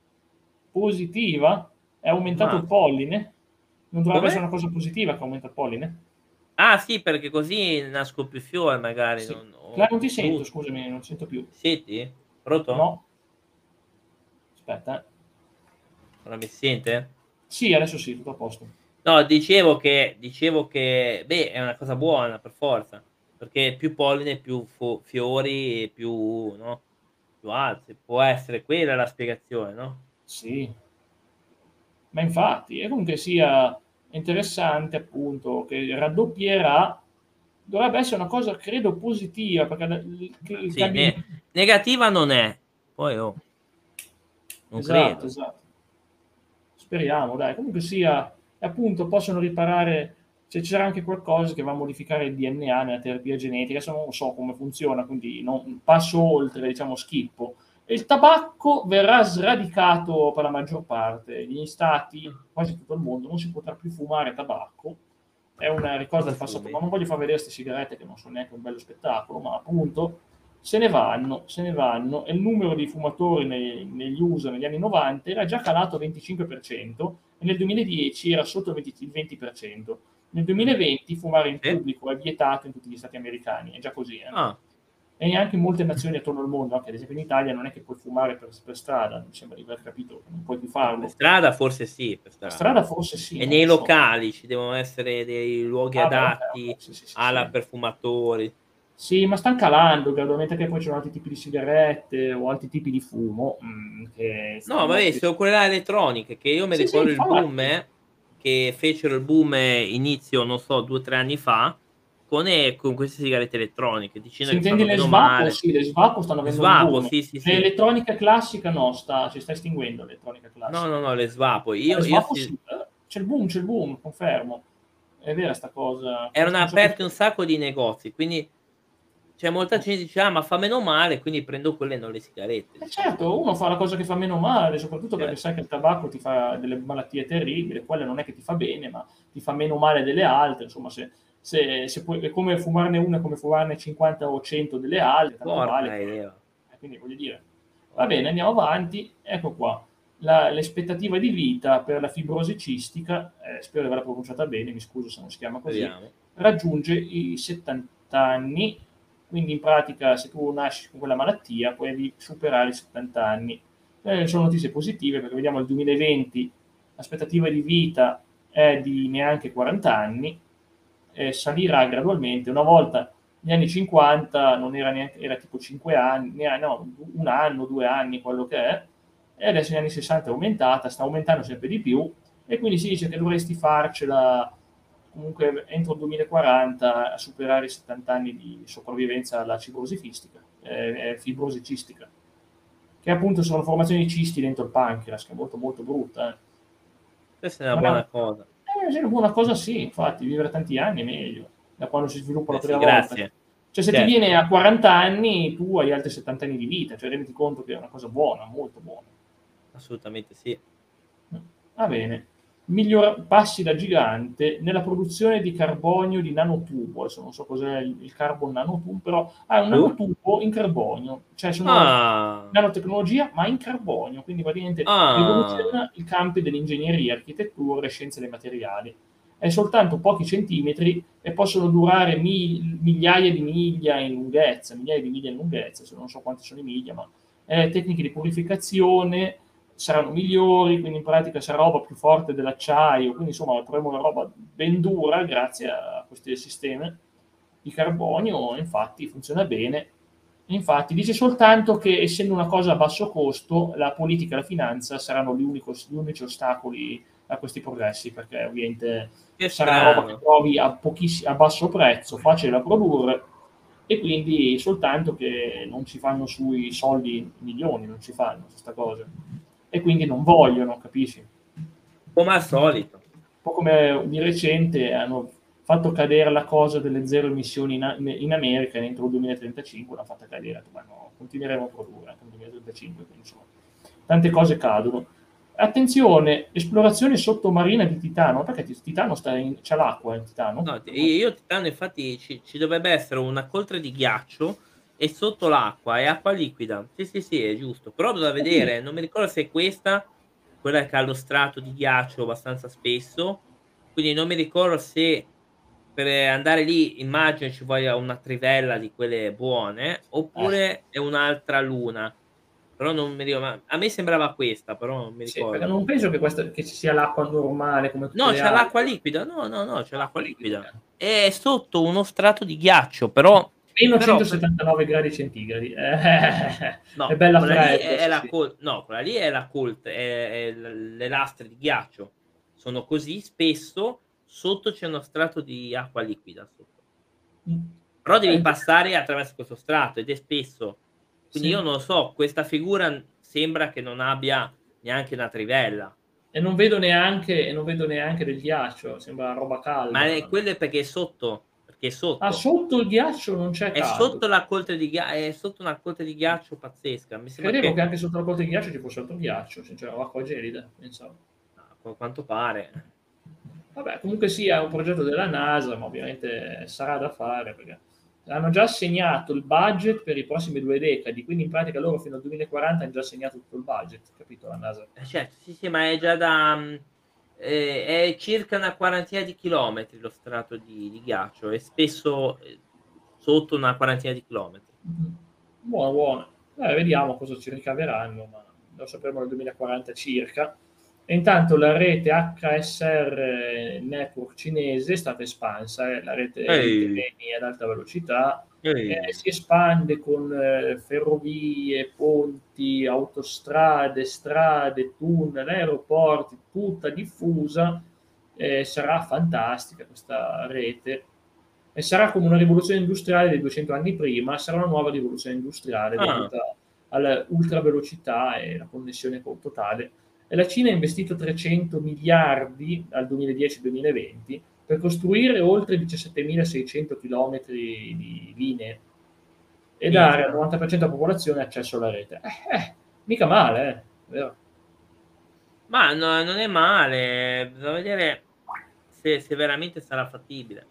positiva, è aumentato Ma il polline, non dovrebbe essere come? una cosa positiva che aumenta il polline? Ah sì, perché così nasco più fiori magari, Sì. o Non ti più sento, frutto. scusami, non ti sento più. Senti? Pronto? No? Aspetta. Ora mi sente? Sì, adesso sì, tutto a posto. No, dicevo che, beh, è una cosa buona per forza, perché più polline, più fiori, e più, no, più alzi. Può essere quella la spiegazione, no? Sì. Ma infatti, e comunque sia interessante appunto che raddoppierà, dovrebbe essere una cosa credo positiva, perché il Sì, cambio negativa non è. Poi, non esatto, credo. esatto. Speriamo, dai. Comunque sia, appunto, possono riparare, se c'era anche qualcosa che va a modificare il DNA nella terapia genetica, adesso non so come funziona, quindi non passo oltre, diciamo, schippo. E il tabacco verrà sradicato per la maggior parte. Negli stati, quasi tutto il mondo, non si potrà più fumare tabacco. È una ricorda Cosa del passato, fumi? ma non voglio far vedere queste sigarette che non sono neanche un bello spettacolo, ma appunto se ne vanno, e il numero di fumatori negli USA negli anni 90 era già calato al 25%, e nel 2010 era sotto il 20%. Nel 2020 fumare in Sì? pubblico è vietato in tutti gli stati americani, è già così, eh? Ah, E neanche in molte nazioni attorno al mondo, anche ad esempio in Italia non è che puoi fumare per strada, mi sembra di aver capito che non puoi più per farlo. strada forse sì, per Per strada. strada forse sì, E non nei lo so. locali ci devono essere dei luoghi Ah beh, ok, adatti sì, sì, sì, alla sì. perfumatori. Sì, ma stan calando gradualmente, che poi ci sono altri tipi di sigarette o altri tipi di fumo, che No, stanno vabbè, molto di sono quelle là elettroniche che io mi sì, sì, ricordo il boom, infatti. che fecero il boom inizio, non so, 2, 3 anni fa con queste sigarette elettroniche, dicendo Se che intendi fanno le meno Svapo, male. sì, le Svapo stanno avendo un Svapo, boom. sì, sì, sì. L'elettronica classica no, si sta estinguendo l'elettronica No, classica. no, no, le Svapo. Le Io Svapo sì, sì, c'è il boom, confermo. È vera sta cosa, erano conosco un sacco di aperti un sacco di negozi, quindi c'è molta gente che dice: "Ah, ma fa meno male, quindi prendo quelle e non le sigarette", diciamo certo, così. uno fa la cosa che fa meno male, soprattutto perché Certo, sai che il tabacco ti fa delle malattie terribili, quella non è che ti fa bene, ma ti fa meno male delle altre, insomma se puoi, è come fumarne una, è come fumarne 50 o 100 delle altre, tanto vale porca che Eva, quindi voglio dire. Va porca bene, Eva. andiamo avanti. Ecco qua. L'aspettativa di vita per la fibrosi cistica, spero di averla pronunciata bene, mi scuso se non si chiama così, Speriamo. raggiunge i 70 anni, quindi in pratica se tu nasci con quella malattia puoi superare i 70 anni. Sono notizie positive perché vediamo il 2020 l'aspettativa di vita è di neanche 40 anni, salirà gradualmente. Una volta negli anni 50 non era neanche, era tipo 5 anni, no, un anno, 2 anni, quello che è, e adesso negli anni 60 è aumentata, sta aumentando sempre di più, e quindi si dice che dovresti farcela comunque entro il 2040 a superare i 70 anni di sopravvivenza alla fibrosi cistica, che appunto sono formazioni di cisti dentro il pancreas, che è molto molto brutta. Questa è una Non è buona cosa. sì, una buona cosa sì, infatti, vivere tanti anni è meglio, da quando si sviluppa la Beh sì, prima volta. grazie. Cioè, se ti Certo, viene a 40 anni, tu hai altri 70 anni di vita, cioè renditi conto che è una cosa buona, molto buona. assolutamente sì. Va bene. Passi da gigante nella produzione di carbonio di nanotubo. Adesso non so cos'è il carbon nanotube, però è un nanotubo in carbonio, cioè sono Ah, nanotecnologia, ma in carbonio, quindi praticamente ah, rivoluziona i campi dell'ingegneria, architettura e scienze dei materiali. è soltanto pochi centimetri e possono durare migliaia di miglia in lunghezza, se non so quante sono i miglia, ma tecniche di purificazione saranno migliori, quindi in pratica sarà roba più forte dell'acciaio, quindi insomma avremo una roba ben dura grazie a questi sistemi di carbonio, infatti funziona bene. Infatti dice soltanto che essendo una cosa a basso costo, la politica e la finanza saranno gli unici ostacoli a questi progressi, perché ovviamente sarà roba che trovi a basso prezzo, facile da produrre, e quindi soltanto che non ci fanno sui soldi milioni, non ci fanno questa cosa. E quindi non vogliono, capisci? Come al solito. Un po' come di recente hanno fatto cadere la cosa delle zero emissioni in America e entro il 2035 l'hanno fatta cadere, ma no, continueremo a produrre anche nel 2035, quindi insomma, tante cose cadono. Attenzione, esplorazione sottomarina di Titano, perché Titano c'è l'acqua in Titano? No, io Titano infatti ci dovrebbe essere una coltre di ghiaccio e sotto l'acqua, è acqua liquida. Sì, è giusto, però da vedere, non mi ricordo se è quella che ha lo strato di ghiaccio abbastanza spesso, quindi non mi ricordo se per andare lì immagino ci voglia una trivella di quelle buone, oppure è un'altra luna. Però non mi ricordo, ma a me sembrava questa, però non mi Sì, ricordo. perché non penso che ci sia l'acqua normale come tutte No, le c'è altre. l'acqua liquida. No, c'è l'acqua liquida. È sotto uno strato di ghiaccio, però Meno però 179 gradi centigradi. no, È bella quella lì fredda, è sì. no, quella lì è le lastre di ghiaccio. Sono così spesso, sotto c'è uno strato di acqua liquida sotto. Però devi passare attraverso questo strato ed è spesso. Quindi sì. io non lo so, questa figura sembra che non abbia neanche una trivella. E non vedo neanche del ghiaccio, sembra roba calda. Ma quello è perché è sotto, Ah, sotto il ghiaccio non c'è è caldo. sotto la coltre di è sotto una coltre di ghiaccio pazzesca. Mi sembra Credevo che anche sotto la coltre di ghiaccio ci fosse altro ghiaccio, cioè c'era l'acqua gelida, pensavo. a quanto pare. Vabbè, comunque sia, è un progetto della NASA, ma ovviamente sarà da fare, perché hanno già assegnato il budget per i prossimi 2 decadi, quindi in pratica loro fino al 2040 hanno già assegnato tutto il budget, capito, la NASA? Certo, sì, ma è già da è circa una quarantina di chilometri lo strato di ghiaccio, e spesso sotto una quarantina di chilometri. Buono. Vediamo cosa ci ricaveranno, ma lo sapremo nel 2040 circa. E intanto la rete HSR network cinese è stata espansa, la rete di treni ad alta velocità, si espande con ferrovie, ponti, autostrade, strade, tunnel, aeroporti, tutta diffusa. Sarà fantastica questa rete e sarà come una rivoluzione industriale dei 200 anni prima, sarà una nuova rivoluzione industriale dovuta all'ultra velocità e la connessione totale. E la Cina ha investito 300 miliardi dal 2010-2020 per costruire oltre 17.600 km di linee e dare al 90% della popolazione accesso alla rete. Mica male, vero? Ma no, non è male, bisogna vedere se veramente sarà fattibile.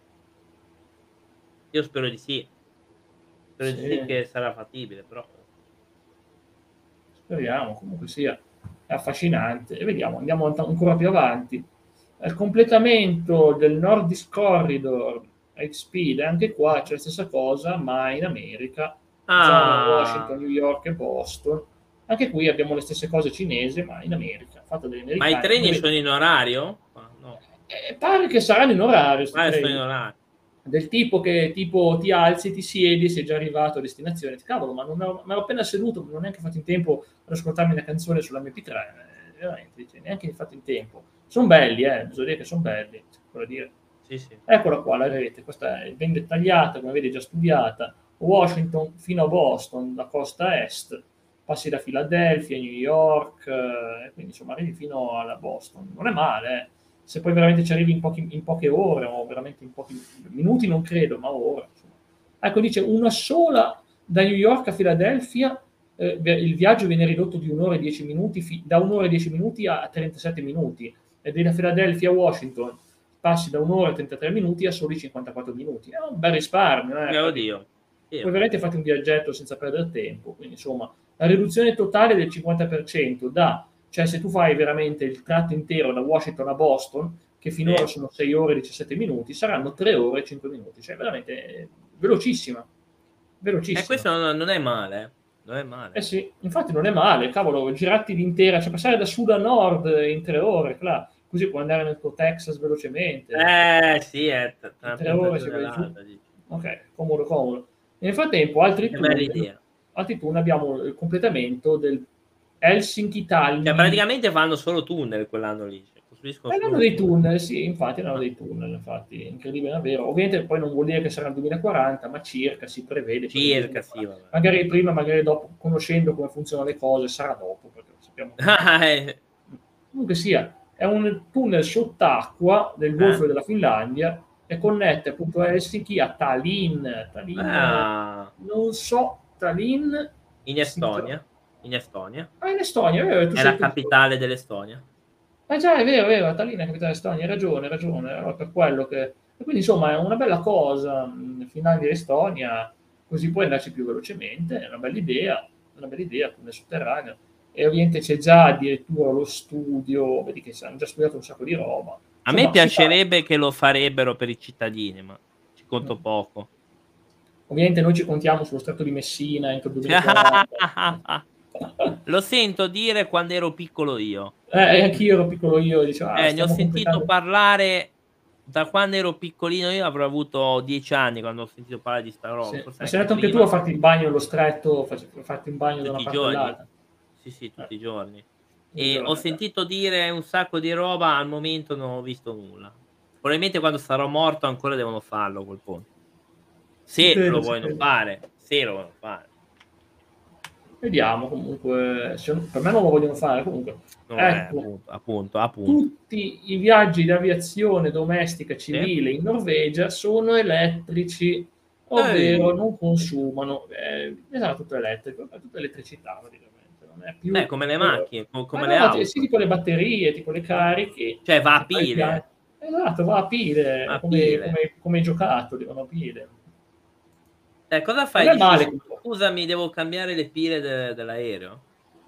Io spero di sì. Spero di sì che sarà fattibile, però. Speriamo, comunque sia, è affascinante. E vediamo, andiamo ancora più avanti. Il completamento del Nordisk Corridor High Speed, anche qua c'è la stessa cosa, ma in America, zona Washington, New York e Boston. Anche qui abbiamo le stesse cose cinesi, ma in America, fatta dagli americani. Ma i treni sono in orario? No. Pare che saranno in orario. Sono in orario. Del tipo che ti alzi, ti siedi, sei già arrivato a destinazione. Cavolo, ma mi ero appena seduto, non ho neanche fatto in tempo ad ascoltarmi una canzone sulla MP3. Veramente, neanche fatto in tempo. Sono belli, bisogna dire che sono belli, c'è da dire. Sì. Eccola qua la rete, questa è ben dettagliata, come vedi già studiata. Washington fino a Boston, la costa est, passi da Philadelphia, New York, quindi insomma arrivi fino alla Boston. Non è male, se poi veramente ci arrivi in poche ore o veramente in pochi minuti non credo, ma ore. Insomma. Ecco, dice una sola da New York a Philadelphia, il viaggio viene ridotto di 1 ora e 10 minuti, da 1 ora e 10 minuti a 37 minuti, e da Philadelphia a Washington passi da 1 ora e 33 minuti a soli 54 minuti. È un bel risparmio. Oddio. Poi veramente fate un viaggetto senza perdere tempo, quindi insomma la riduzione totale del 50% cioè se tu fai veramente il tratto intero da Washington a Boston, che finora sono 6 ore e 17 minuti, saranno 3 ore e 5 minuti, cioè veramente velocissima. Questo non è male, non è male. Sì, infatti non è male, cavolo, girarti l'intera, cioè passare da sud a nord in 3 ore, clar, così puoi andare nel tuo Texas velocemente. Sì, è in 3 ore si vai giù. Ok, comodo. Nel frattempo, altri tunnel abbiamo il completamento del Helsinki-Tallinn. Cioè, praticamente fanno solo tunnel quell'anno lì. Hanno dei tunnel, sì, infatti hanno dei tunnel, infatti, incredibile davvero. Ovviamente poi non vuol dire che sarà il 2040, ma circa si prevede. Circa, sì, vabbè. Magari prima, magari dopo, conoscendo come funzionano le cose, sarà dopo, perché lo sappiamo. Comunque sia, è un tunnel sott'acqua del Golfo della Finlandia e connette appunto Helsinki a Tallinn. Non so, Tallinn... In Estonia? In Estonia? In Estonia, è la capitale dell'Estonia. Già, è vero, Tallinn è la capitale dell'Estonia, hai ragione, allora per quello che... E quindi insomma è una bella cosa, Finlandia e Estonia, così puoi andarci più velocemente, è una bella idea, nel sotterraneo. E ovviamente c'è già addirittura lo studio, vedi che hanno già studiato un sacco di roba. A me piacerebbe che lo farebbero per i cittadini, ma ci conto poco. Ovviamente noi ci contiamo sullo Stretto di Messina entro il 2040. Lo sento dire quando ero piccolo io. Anch'io ero piccolo io. Ne ho sentito parlare da quando ero piccolino. Io avrò avuto 10 anni quando ho sentito parlare di sta roba. Sì. Sei andato anche tu a farti il bagno allo Stretto, farti un bagno da una parte all'altra? Sì, tutti i giorni. E ho sentito dire un sacco di roba, al momento non ho visto nulla. Probabilmente quando sarò morto ancora devono farlo quel ponte. Se lo vogliono fare. Vediamo, comunque, per me non lo vogliono fare, comunque. Appunto. Tutti i viaggi di aviazione domestica civile in Norvegia sono elettrici, ovvero non consumano, tutto elettrico, tutta elettricità praticamente. Non è più come le macchine, come le auto. Sì, tipo le batterie, tipo le cariche. Cioè va a pile. Esatto, va a pile, come i giocattoli vanno a pile. Cosa fai? Scusami, devo cambiare le pile dell'aereo?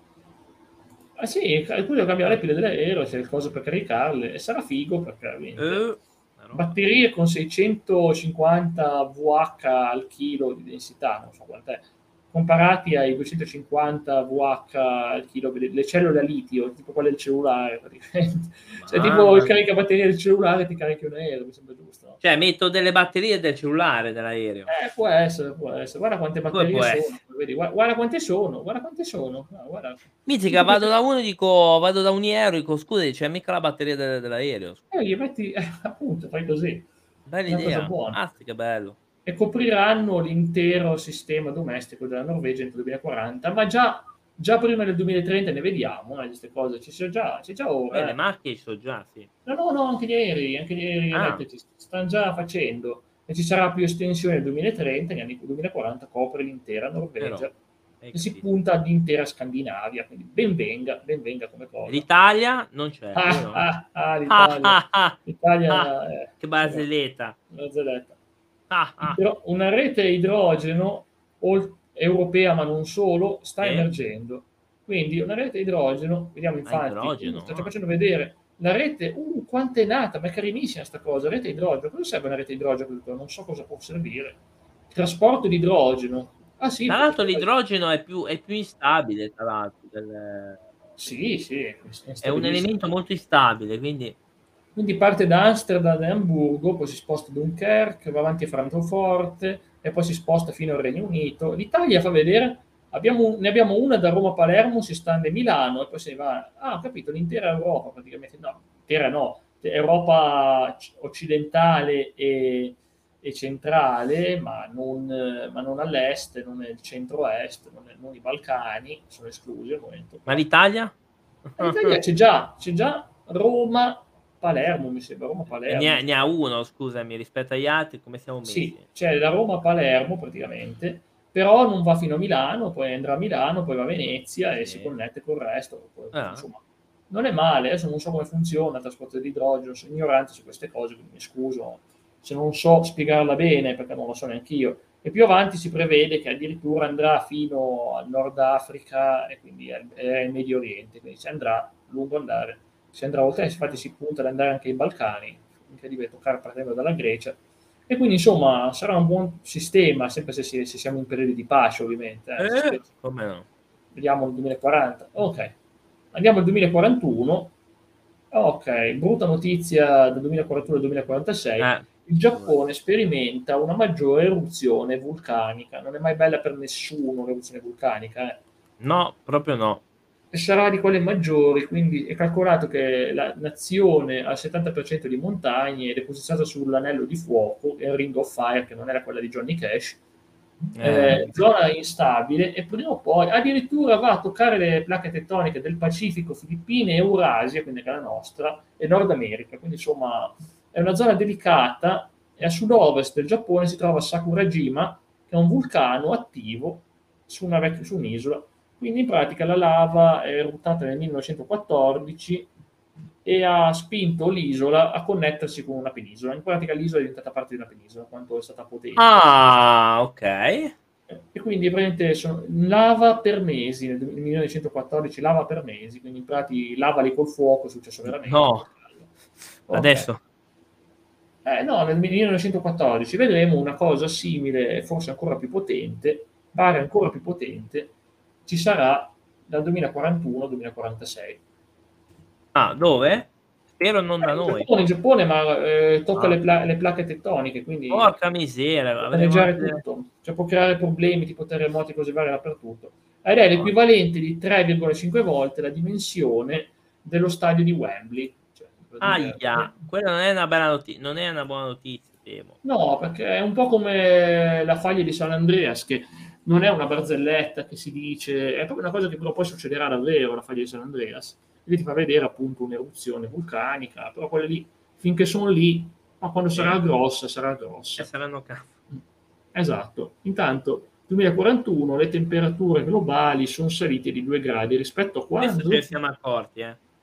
Sì, devo cambiare le pile dell'aereo, c'è il coso per caricarle, e sarà figo perché batterie con 650 VH al chilo di densità, non so quant'è, comparati ai 250 VH al chilo, le cellule a litio, tipo quelle del cellulare, praticamente. Cioè, tipo il caricabatterie del cellulare ti carichi un aereo, mi sembra giusto. No? Cioè, metto delle batterie del cellulare dell'aereo. Può essere. Guarda quante batterie sono. Vedi, guarda quante sono. Guarda. Mitica, vado da uno e dico, vado da Uniero e dico, scusi, c'è mica la batteria dell'aereo. Gli metti, appunto, fai così. Bella idea. Che bello. E copriranno l'intero sistema domestico della Norvegia entro il 2040, ma già prima del 2030 ne vediamo, queste cose, c'è già ora. Le macchine ci sono già, sì. No, anche gli aerei elettrici stanno già facendo, e ci sarà più estensione nel 2030, negli anni 2040 copre l'intera Norvegia, e si punta all'intera Scandinavia, quindi ben venga come cosa. L'Italia non c'è. L'Italia che barzelletta. Però una rete idrogeno europea, ma non solo, sta emergendo. Quindi una rete idrogeno, vediamo infatti, sto facendo vedere la rete, quanto è nata, ma è carinissima sta cosa, rete idrogeno. Cosa serve una rete idrogeno? Non so cosa può servire. Il trasporto di idrogeno. Sì, tra l'altro l'idrogeno è più instabile, tra l'altro. Sì, è un elemento molto instabile, quindi parte da Amsterdam e Amburgo, poi si sposta a Dunkerque, va avanti a Francoforte e poi si sposta fino al Regno Unito. L'Italia, fa vedere, ne abbiamo una da Roma a Palermo, si sta a Milano e poi se ne va. Ho capito, l'intera Europa praticamente. No, intera no, Europa occidentale e centrale, ma non all'est, non nel centro-est, non i Balcani, sono esclusi al momento. Ma l'Italia? L'Italia c'è già Roma, Palermo, mi sembra, Roma-Palermo. Ne ha uno, scusami, rispetto agli altri, come siamo messi? Sì, c'è da Roma a Palermo praticamente, però non va fino a Milano, poi andrà a Milano, poi va a Venezia e si connette col resto. Insomma, non è male, adesso non so come funziona il trasporto di idrogeno, sono ignorante su queste cose, quindi mi scuso se non so spiegarla bene, perché non lo so neanche io. E più avanti si prevede che addirittura andrà fino al Nord Africa e quindi al Medio Oriente, quindi si andrà lungo andare si andrà oltre, infatti si punta ad andare anche ai Balcani, incredibile toccare partendo dalla Grecia, e quindi insomma sarà un buon sistema, sempre se siamo in periodi di pace ovviamente, come no? vediamo il 2040, ok, andiamo al 2041, ok, brutta notizia del 2041 al 2046, il Giappone sperimenta una maggiore eruzione vulcanica, non è mai bella per nessuno l'eruzione vulcanica, No, proprio no. E sarà di quelle maggiori, quindi è calcolato che la nazione ha il 70% di montagne ed è posizionata sull'anello di fuoco, il Ring of Fire, che non era quella di Johnny Cash, zona instabile, e prima o poi addirittura va a toccare le placche tettoniche del Pacifico, Filippine, Eurasia, quindi che è la nostra, e Nord America, quindi insomma è una zona delicata, e a sud-ovest del Giappone si trova Sakurajima, che è un vulcano attivo su un'isola. Quindi in pratica la lava è eruttata nel 1914 e ha spinto l'isola a connettersi con una penisola. In pratica l'isola è diventata parte di una penisola, quanto è stata potente. Ah, ok. E quindi praticamente sono lava per mesi, nel 1914 lava per mesi, quindi in pratica lava lì col fuoco, è successo veramente. No, okay. Adesso? No, nel 1914 vedremo una cosa simile, forse ancora più potente, pare ancora più potente, ci sarà dal 2041 al 2046. Ah, dove? Spero non da noi. In Giappone, ma tocca le placche tettoniche, quindi porca miseria, può danneggiare tutto, cioè può creare problemi tipo terremoti, cose varie dappertutto. Ed è l'equivalente di 3,5 volte la dimensione dello stadio di Wembley. Ahia, quella non è una bella notizia, non è una buona notizia, temo. No, perché è un po' come la faglia di San Andreas, che non è una barzelletta che si dice, è proprio una cosa che però poi succederà davvero, la faglia di San Andreas. Lì ti fa vedere appunto un'eruzione vulcanica, però quelle lì, finché sono lì, ma quando sarà grossa, sarà grossa. E saranno cazzo. Esatto. Intanto, 2041, le temperature globali sono salite di 2 gradi rispetto a quando... Adesso ce ne siamo accorti,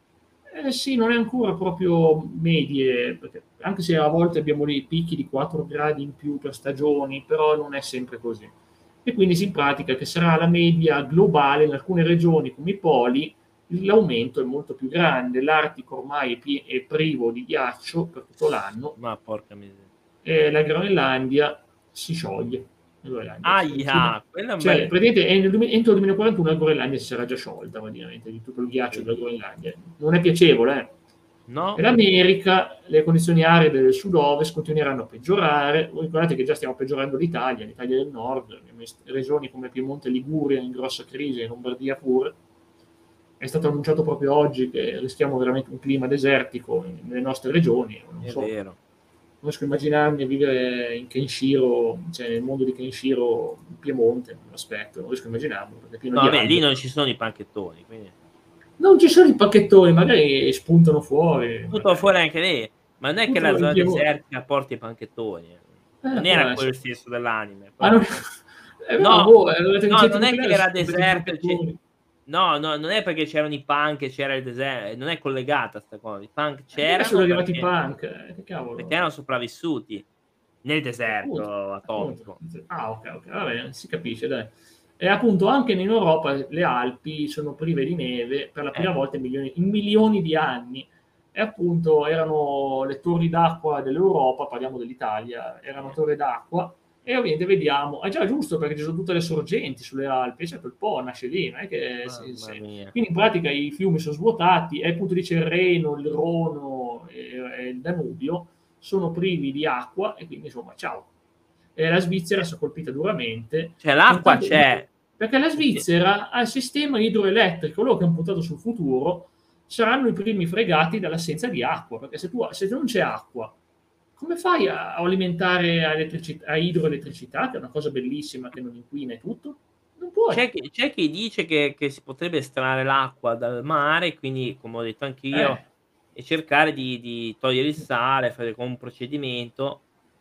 sì, non è ancora proprio medie, perché anche se a volte abbiamo dei picchi di 4 gradi in più per stagioni, però non è sempre così. E quindi si pratica che sarà la media globale in alcune regioni come i poli, l'aumento è molto più grande, l'Artico ormai è privo di ghiaccio per tutto l'anno, ma porca miseria. E la Groenlandia si scioglie. Ahia, quello è un cioè, praticamente entro il 2041 la Groenlandia si sarà già sciolta praticamente di tutto il ghiaccio della Groenlandia. Non è piacevole, No. E l'America, le condizioni aride del sud-ovest continueranno a peggiorare. Voi ricordate che già stiamo peggiorando l'Italia del nord, regioni come Piemonte e Liguria in grossa crisi, e Lombardia pure. È stato annunciato proprio oggi che rischiamo veramente un clima desertico nelle nostre regioni. Non so. Vero. Non riesco a immaginarmi a vivere in Kenshiro, cioè nel mondo di Kenshiro, in Piemonte, non aspetto, non riesco a immaginarlo. Lì non ci sono i panchettoni, quindi... Non ci sono i pacchettoni, magari spuntano fuori. Spuntano fuori anche lì, ma non è che la zona desertica porti i panchettoni. Non era quello il senso dell'anime. No, non è che era deserto. No, non è perché c'erano i punk e c'era il deserto, non è collegata sta cosa. I punk c'erano. Sono arrivati i punk, che cavolo. Perché erano sopravvissuti nel deserto atomico. Ok, vabbè, si capisce, dai. E appunto anche in Europa le Alpi sono prive di neve per la prima volta in milioni di anni. E appunto erano le torri d'acqua dell'Europa, parliamo dell'Italia, erano torri d'acqua. E ovviamente vediamo, è già giusto perché ci sono tutte le sorgenti sulle Alpi, certo il Po nasce lì, non è che quindi in pratica i fiumi sono svuotati, e appunto dice il Reno, il Rono e il Danubio sono privi di acqua, e quindi insomma ciao. E la Svizzera si è colpita duramente. Cioè l'acqua c'è. Perché la Svizzera ha il sistema idroelettrico, loro che hanno puntato sul futuro, saranno i primi fregati dall'assenza di acqua, perché se non c'è acqua, come fai a alimentare a idroelettricità, che è una cosa bellissima che non inquina e tutto? Non puoi. C'è chi dice che si potrebbe estrarre l'acqua dal mare, quindi come ho detto anch'io, e cercare di togliere il sale, fare con un procedimento,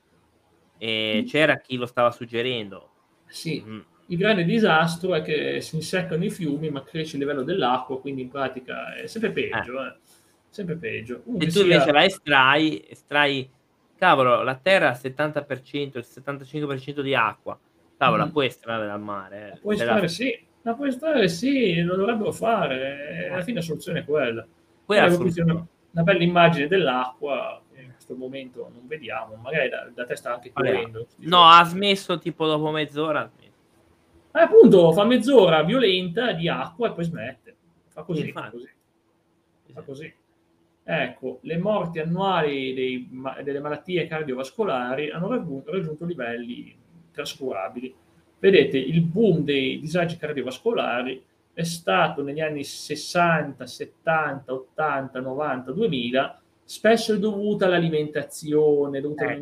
e c'era chi lo stava suggerendo. Sì, il grande disastro è che si inseccano i fiumi, ma cresce il livello dell'acqua, quindi in pratica è sempre peggio. Sempre peggio. Se tu invece la estrai, cavolo, la terra ha il 70%, il 75% di acqua, cavolo, la puoi estrarre dal mare. La puoi estrarre, sì, non dovrebbero fare, alla fine la soluzione è quella. Poi assolutamente. Una bella immagine dell'acqua, che in questo momento non vediamo, magari da te sta anche piovendo. No, ha smesso tipo dopo mezz'ora. Appunto, fa mezz'ora violenta di acqua e poi smette. Fa così, fa Infatti. così. Fa così. Ecco, le morti annuali delle malattie cardiovascolari hanno raggiunto livelli trascurabili. Vedete, il boom dei disagi cardiovascolari è stato negli anni 60, 70, 80, 90, 2000, spesso dovuta all'alimentazione,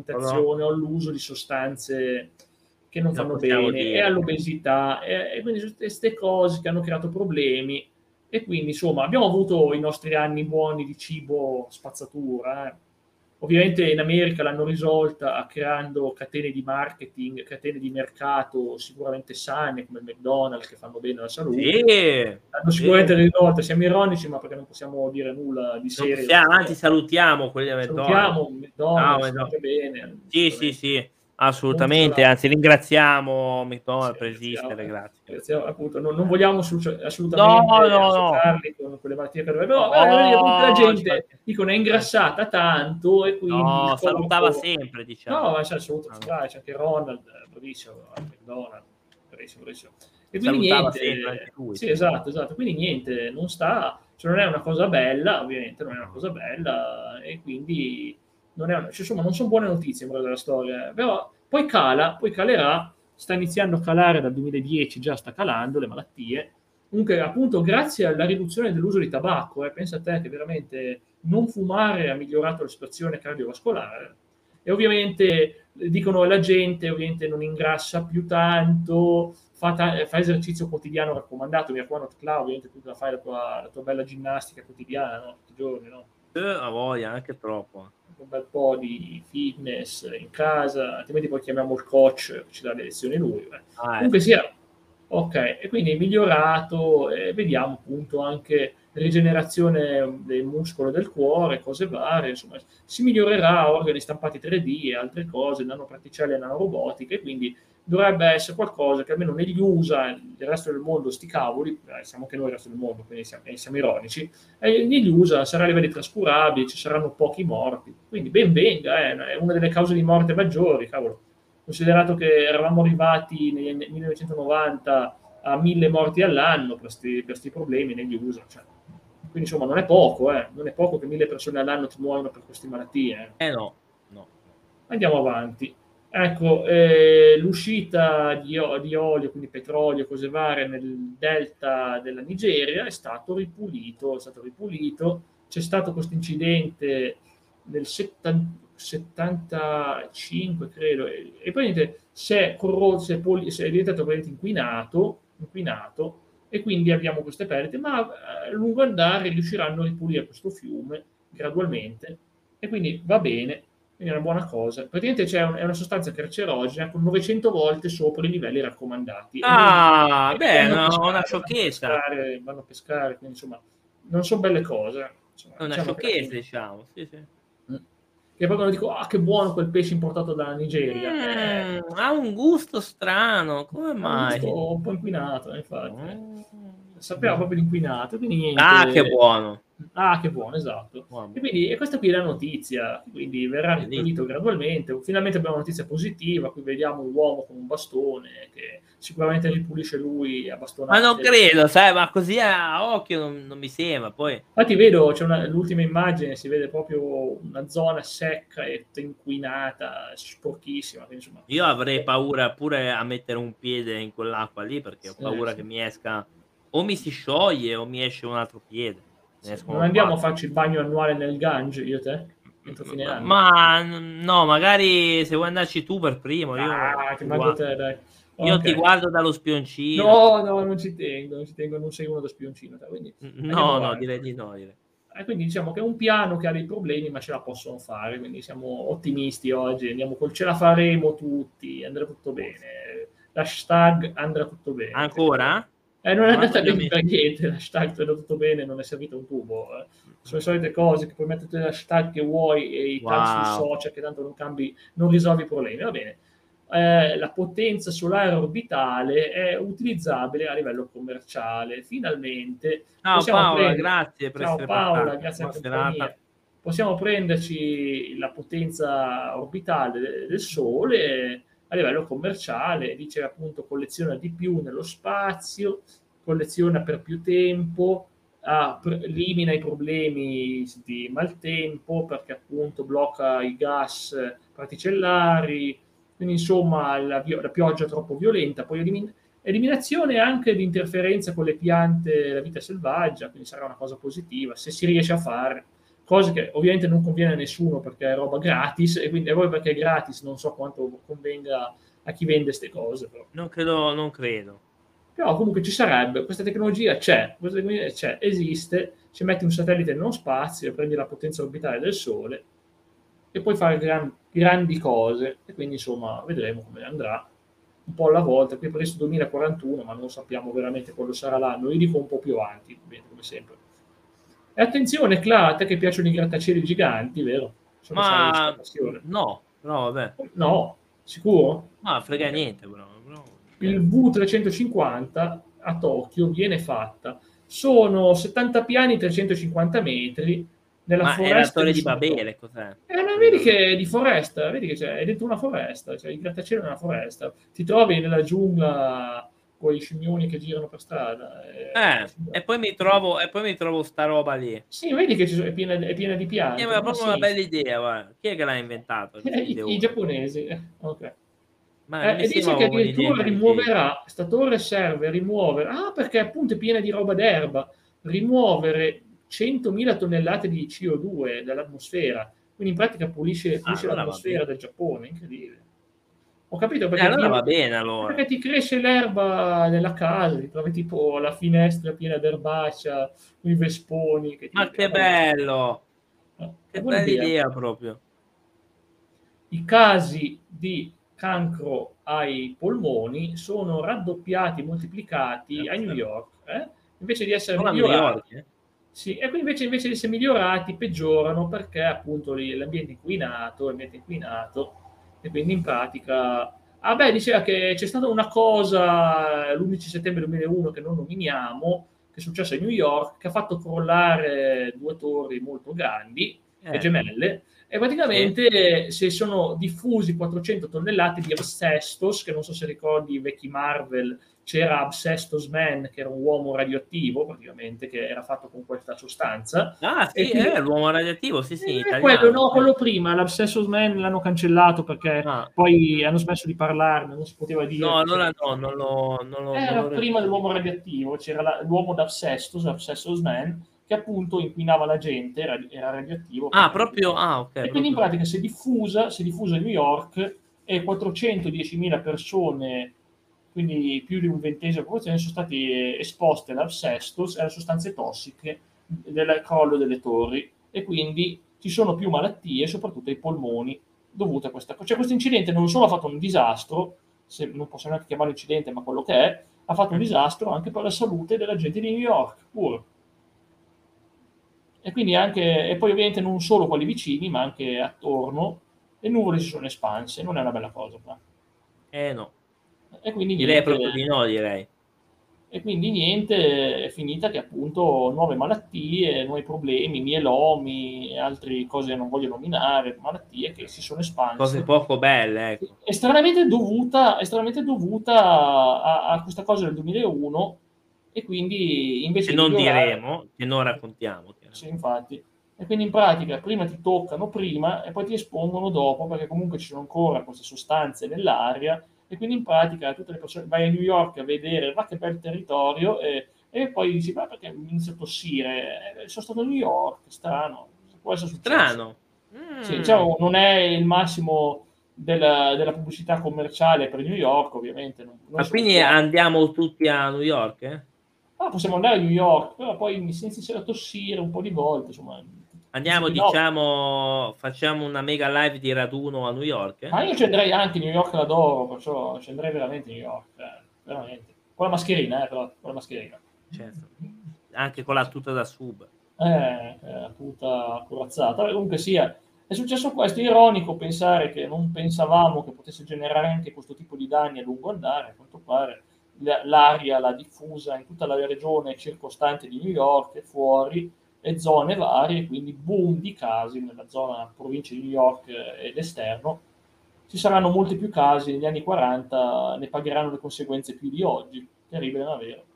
o all'uso di sostanze che non fanno bene, e all'obesità, e quindi tutte queste cose che hanno creato problemi. E quindi, insomma, abbiamo avuto i nostri anni buoni di cibo spazzatura. Ovviamente in America l'hanno risolta creando catene di marketing, catene di mercato sicuramente sane, come il McDonald's, che fanno bene alla salute. L'hanno sicuramente risolta, siamo ironici, ma perché non possiamo dire nulla di serio. Anzi, salutiamo quelli del McDonald's, bene. Sì. Assolutamente, anzi ringraziamo McDonald's per esistere, grazie. Appunto, non vogliamo assolutamente associarli con le malattie cardiovascolari, però la gente dicono è ingrassata tanto e quindi salutava sempre, diciamo. No, c'è anche Ronald, bravissimo, McDonald's, bravissimo. E quindi salutava sempre anche lui. Sì, esatto, quindi niente, non sta, cioè non è una cosa bella, ovviamente non è una cosa bella, e quindi non sono buone notizie in breve della storia, però poi calerà, sta iniziando a calare dal 2010, già sta calando le malattie, comunque appunto grazie alla riduzione dell'uso di tabacco, pensa a te che veramente non fumare ha migliorato la situazione cardiovascolare, e ovviamente dicono la gente ovviamente non ingrassa più tanto, fa esercizio quotidiano raccomandato, mi raccomando Claudio, ovviamente tu fai la tua bella ginnastica quotidiana, no? Tutti i giorni, no? A voglia, anche troppo. Un bel po' di fitness in casa, altrimenti poi chiamiamo il coach, ci dà le lezioni lui. Comunque sia, ok, e quindi è migliorato, vediamo appunto anche rigenerazione del muscolo del cuore, cose varie, insomma, si migliorerà, organi stampati 3D e altre cose, nanoparticelle e nanorobotiche, quindi dovrebbe essere qualcosa che almeno negli USA, nel resto del mondo, sti cavoli, siamo anche noi nel resto del mondo, quindi siamo ironici, negli USA sarà a livelli trascurabili, ci saranno pochi morti, quindi ben venga, è una delle cause di morte maggiori, cavolo, considerato che eravamo arrivati nel 1990 a 1000 morti all'anno per questi problemi negli USA, cioè. Quindi insomma non è poco che 1000 persone all'anno ti muoiono per queste malattie. No. Andiamo avanti. Ecco, l'uscita di olio, quindi petrolio, cose varie, nel delta della Nigeria è stato ripulito. C'è stato questo incidente nel 75, credo, e poi si è diventato veramente inquinato, e quindi abbiamo queste perdite, ma a lungo andare riusciranno a ripulire questo fiume gradualmente, e quindi va bene. Quindi è una buona cosa. Praticamente è una sostanza carcerogena con 900 volte sopra i livelli raccomandati. Una sciocchezza. Vanno a pescare, quindi insomma, non sono belle cose. Insomma, è una sciocchezza, diciamo. Sì. Che proprio dico, che buono quel pesce importato dalla Nigeria. Ha un gusto strano, come mai? Un gusto un po' inquinato, infatti. Sapeva proprio l'inquinato, quindi niente. Che buono. Che buono, esatto. E questa qui è la notizia, quindi verrà ripulito gradualmente. Finalmente abbiamo una notizia positiva, qui vediamo un uomo con un bastone che sicuramente ripulisce lui a bastonate. Ma non credo, sai, ma così a occhio non mi sembra. Poi infatti vedo, l'ultima immagine, si vede proprio una zona secca e inquinata, sporchissima. Quindi, insomma, io avrei paura pure a mettere un piede in quell'acqua lì, perché ho paura che mi esca, o mi si scioglie o mi esce un altro piede. Non andiamo a farci il bagno annuale nel Gange, io e te? Entro fine anno. Ma no, magari se vuoi andarci tu per primo. Ti mando te, dai. Io ti guardo dallo spioncino. No, non ci tengo, non sei uno da spioncino. Quindi no, direi di no. Quindi diciamo che è un piano che ha dei problemi, ma ce la possono fare, quindi siamo ottimisti oggi, andiamo ce la faremo tutti, andrà tutto bene. L'hashtag andrà tutto bene. Ancora? Non è andata bene per niente, l'hashtag andrà tutto bene, non è servito un tubo. Sono le solite cose che puoi mettere l'hashtag che vuoi e i tag sui social, che tanto non risolvi i problemi, va bene. la potenza solare orbitale è utilizzabile a livello commerciale. Finalmente Ciao possiamo Paola, prendere... grazie per Ciao essere Paola, passata. grazie Buona alla compagnia. serata. Possiamo prenderci la potenza orbitale del Sole a livello commerciale, dice appunto colleziona di più nello spazio, colleziona per più tempo, elimina i problemi di maltempo perché appunto blocca i gas particellari, quindi insomma la pioggia troppo violenta, poi eliminazione anche di interferenza con le piante e la vita selvaggia, quindi sarà una cosa positiva se si riesce a fare, cose che ovviamente non conviene a nessuno perché è roba gratis e quindi poi perché è gratis non so quanto convenga a chi vende queste cose. Non credo. Però comunque ci sarebbe, questa tecnologia c'è, esiste, ci metti un satellite nello spazio, prendi la potenza orbitale del Sole e puoi fare grandi cose e quindi insomma vedremo come andrà un po' alla volta, qui è previsto 2041 ma non sappiamo veramente quando sarà l'anno, io dico un po' più avanti, come sempre. E attenzione Cla, a te che piacciono i grattacieli giganti, vero? So che c'hai questa Ma passione. no, però vabbè. No, sicuro? Ma frega Ok. niente, però Il ok. V350 a Tokyo viene fatta. Sono 70 piani, 350 metri, nella Ma è la foresta Torre di di Sumitomo. Babele, cos'è? Ma Torre di vedi Babele. che è di foresta, vedi che è dentro una foresta, cioè il grattacielo è una foresta. Ti trovi nella giungla con i scimmioni che girano per strada. E poi mi trovo sta roba lì. Sì, vedi che è piena di Mi piante, sembra no? proprio una Sì, bella idea, guarda. Chi è che l'ha inventato questo i ideone? giapponesi. Ok. Ma non mi E dice sembra che proprio un'idea addirittura intelligente. rimuoverà, sta torre serve a rimuovere, perché appunto è piena di roba d'erba, rimuovere 100.000 tonnellate di CO2 dall'atmosfera, quindi in pratica Ah, pulisce allora va l'atmosfera bene. del Giappone, incredibile. Ho capito Allora va bene allora. perché ti cresce l'erba nella casa, ti trovi tipo la finestra piena d'erbaccia, con i vesponi, Ma che vabbè, bello! è Che buona bella idea. idea proprio. I casi di cancro ai polmoni sono raddoppiati, moltiplicati a New Cazzo. York, invece di essere Solo a New York, migliorati. eh? Sì, e quindi invece di essere migliorati peggiorano perché appunto l'ambiente inquinato, e quindi in pratica... Ah beh, diceva che c'è stata una cosa l'11 settembre 2001 che non nominiamo, che è successo a New York, che ha fatto crollare due torri molto grandi e Ecco. gemelle, e Sì. praticamente si sono diffusi 400 tonnellate di asbestos, che non so se ricordi i vecchi Marvel, c'era Absestos Man, che era un uomo radioattivo, praticamente, che era fatto con questa sostanza, Ah e sì, quindi... l'uomo radioattivo, sì, sì, quello, italiano, no, sì. quello prima, l'Absessos Man l'hanno cancellato perché Ah, poi hanno smesso di parlarne, non si poteva dire no, che c'era allora no, questo. non Era l'ho prima recuperato. dell'uomo radioattivo, c'era l'uomo d'Absestos, Absessos Man, che appunto inquinava la gente, era radioattivo Ah, perché... proprio, ah, ok, E quindi in proprio. pratica si è diffusa a New York e 410.000 persone, quindi più di un ventesimo della popolazione, sono state esposte all'asbestos e alle sostanze tossiche del crollo delle torri e quindi ci sono più malattie, soprattutto ai polmoni, dovute a questa cosa. Cioè questo incidente non solo ha fatto un disastro, se non possiamo neanche chiamarlo incidente, ma quello che è, ha fatto un disastro anche per la salute della gente di New York, pure. E quindi anche, e poi ovviamente non solo quelli vicini, ma anche attorno, le nuvole si sono espanse, non è una bella cosa qua. No, E quindi direi niente, proprio di no, direi. è finita che appunto nuove malattie, nuovi problemi, mielomi e altre cose che non voglio nominare, malattie che si sono Cose espanse. poco belle, ecco. Estremamente dovuta a questa cosa del 2001 e quindi invece Che di non migliorare, diremo, che non raccontiamo, sì, chiaramente. infatti. E quindi in pratica prima ti toccano prima e poi ti espongono dopo, perché comunque ci sono ancora queste sostanze nell'aria e quindi in pratica tutte le persone vai a New York a vedere, ma che bel territorio e poi dici, ma perché mi inizio a tossire? Sono stato a New York, strano, può essere successo. Strano. Sì, Mh. diciamo, non è il massimo della pubblicità commerciale per New York, ovviamente, noi Ma siamo quindi qua. andiamo tutti a New York, eh? Possiamo andare a New York, però poi mi si inizia a tossire un po' di volte, insomma, Andiamo, anziché no. diciamo, facciamo una mega live di raduno a New York, eh? Ma io ci andrei anche, New York l'adoro, perciò ci andrei veramente a New York, veramente. Con la mascherina, però, con la mascherina. Certo. Anche con Sì, la sì. tuta da sub. Tutta corazzata. Vabbè, comunque sia, È successo questo, è ironico pensare che non pensavamo che potesse generare anche questo tipo di danni a lungo andare, a quanto pare l'aria l'ha diffusa in tutta la regione circostante di New York e fuori, e zone varie, quindi boom di casi nella zona provincia di New York ed esterno. Ci saranno molti più casi, negli anni 40 ne pagheranno le conseguenze più di oggi. Terribile, ma vero.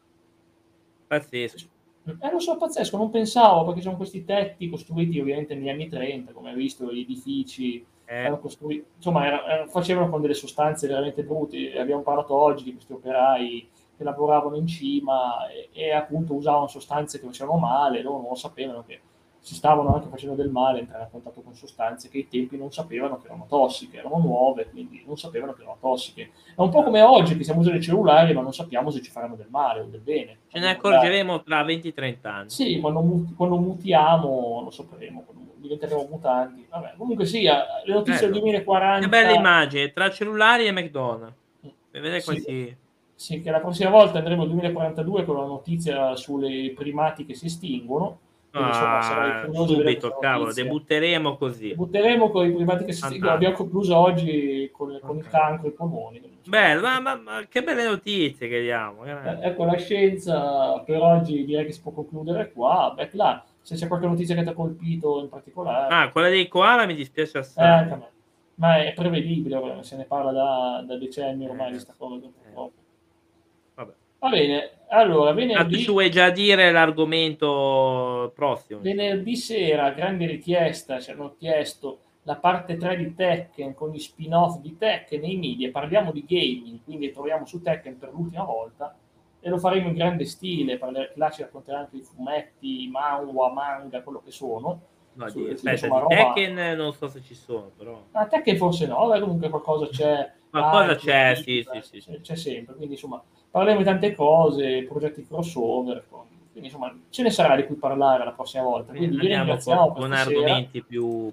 Pazzesco. Lo so, pazzesco, non pensavo, perché sono questi tetti costruiti ovviamente negli anni 30, come hai visto, gli edifici erano costruiti, insomma, facevano con delle sostanze veramente brutte. Abbiamo parlato oggi di questi operai che lavoravano in cima e appunto usavano sostanze che facevano male, loro non lo sapevano che si stavano anche facendo del male, entrare a contatto con sostanze che ai tempi non sapevano che erano tossiche, erano nuove, quindi non sapevano che erano tossiche. È un po' come oggi che stiamo usando i cellulari, ma non sappiamo se ci faranno del male o del bene. Ce ne accorgeremo tra 20-30 anni. Sì, quando mutiamo lo sapremo, quando diventeremo mutanti. Vabbè, comunque sia, le notizie del Bello. 2040. Che bella immagine, tra cellulari e McDonald's. Per vedere Sì, questi... sì, che la prossima volta andremo al 2042 con la notizia sulle primati che si estinguono. Quindi insomma sarai curioso di vedere subito, questa cavolo, notizia. debutteremo così. Butteremo con i primati che si estinguono. Abbiamo concluso oggi con il cancro ai polmoni. Bello, ma che belle notizie che diamo. Ecco, la scienza per oggi direi che si può concludere qua. Beh, se c'è qualche notizia che ti ha colpito in particolare. Ah, quella dei koala mi dispiace assai. Anche a me. Ma è prevedibile, se ne parla da decenni ormai di questa cosa, purtroppo. Vabbè. Va bene, allora Tu ci vuoi già dire l'argomento prossimo? Venerdì sera, grande richiesta, ci hanno chiesto la parte 3 di Tekken con gli spin-off di Tekken nei media. Parliamo di gaming, quindi troviamo su Tekken per l'ultima volta e lo faremo in grande stile. Là ci racconterà anche i fumetti, i manhwa, manga, quello che sono. No, Aspetta, di Tekken non so se ci sono, però. Tekken forse no, comunque qualcosa c'è. Qualcosa c'è, sì. C'è sempre, quindi insomma parleremo di tante cose, progetti crossover, quindi insomma ce ne sarà di cui parlare la prossima volta. Quindi vi ringraziamo con argomenti più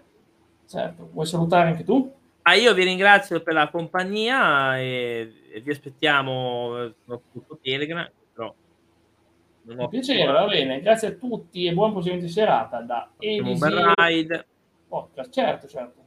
Certo, vuoi salutare anche tu? Io vi ringrazio per la compagnia e vi aspettiamo sul Telegram, però Un piacere, va bene, grazie a tutti e buon proseguimento di serata da Eliseo Podcast. Certo.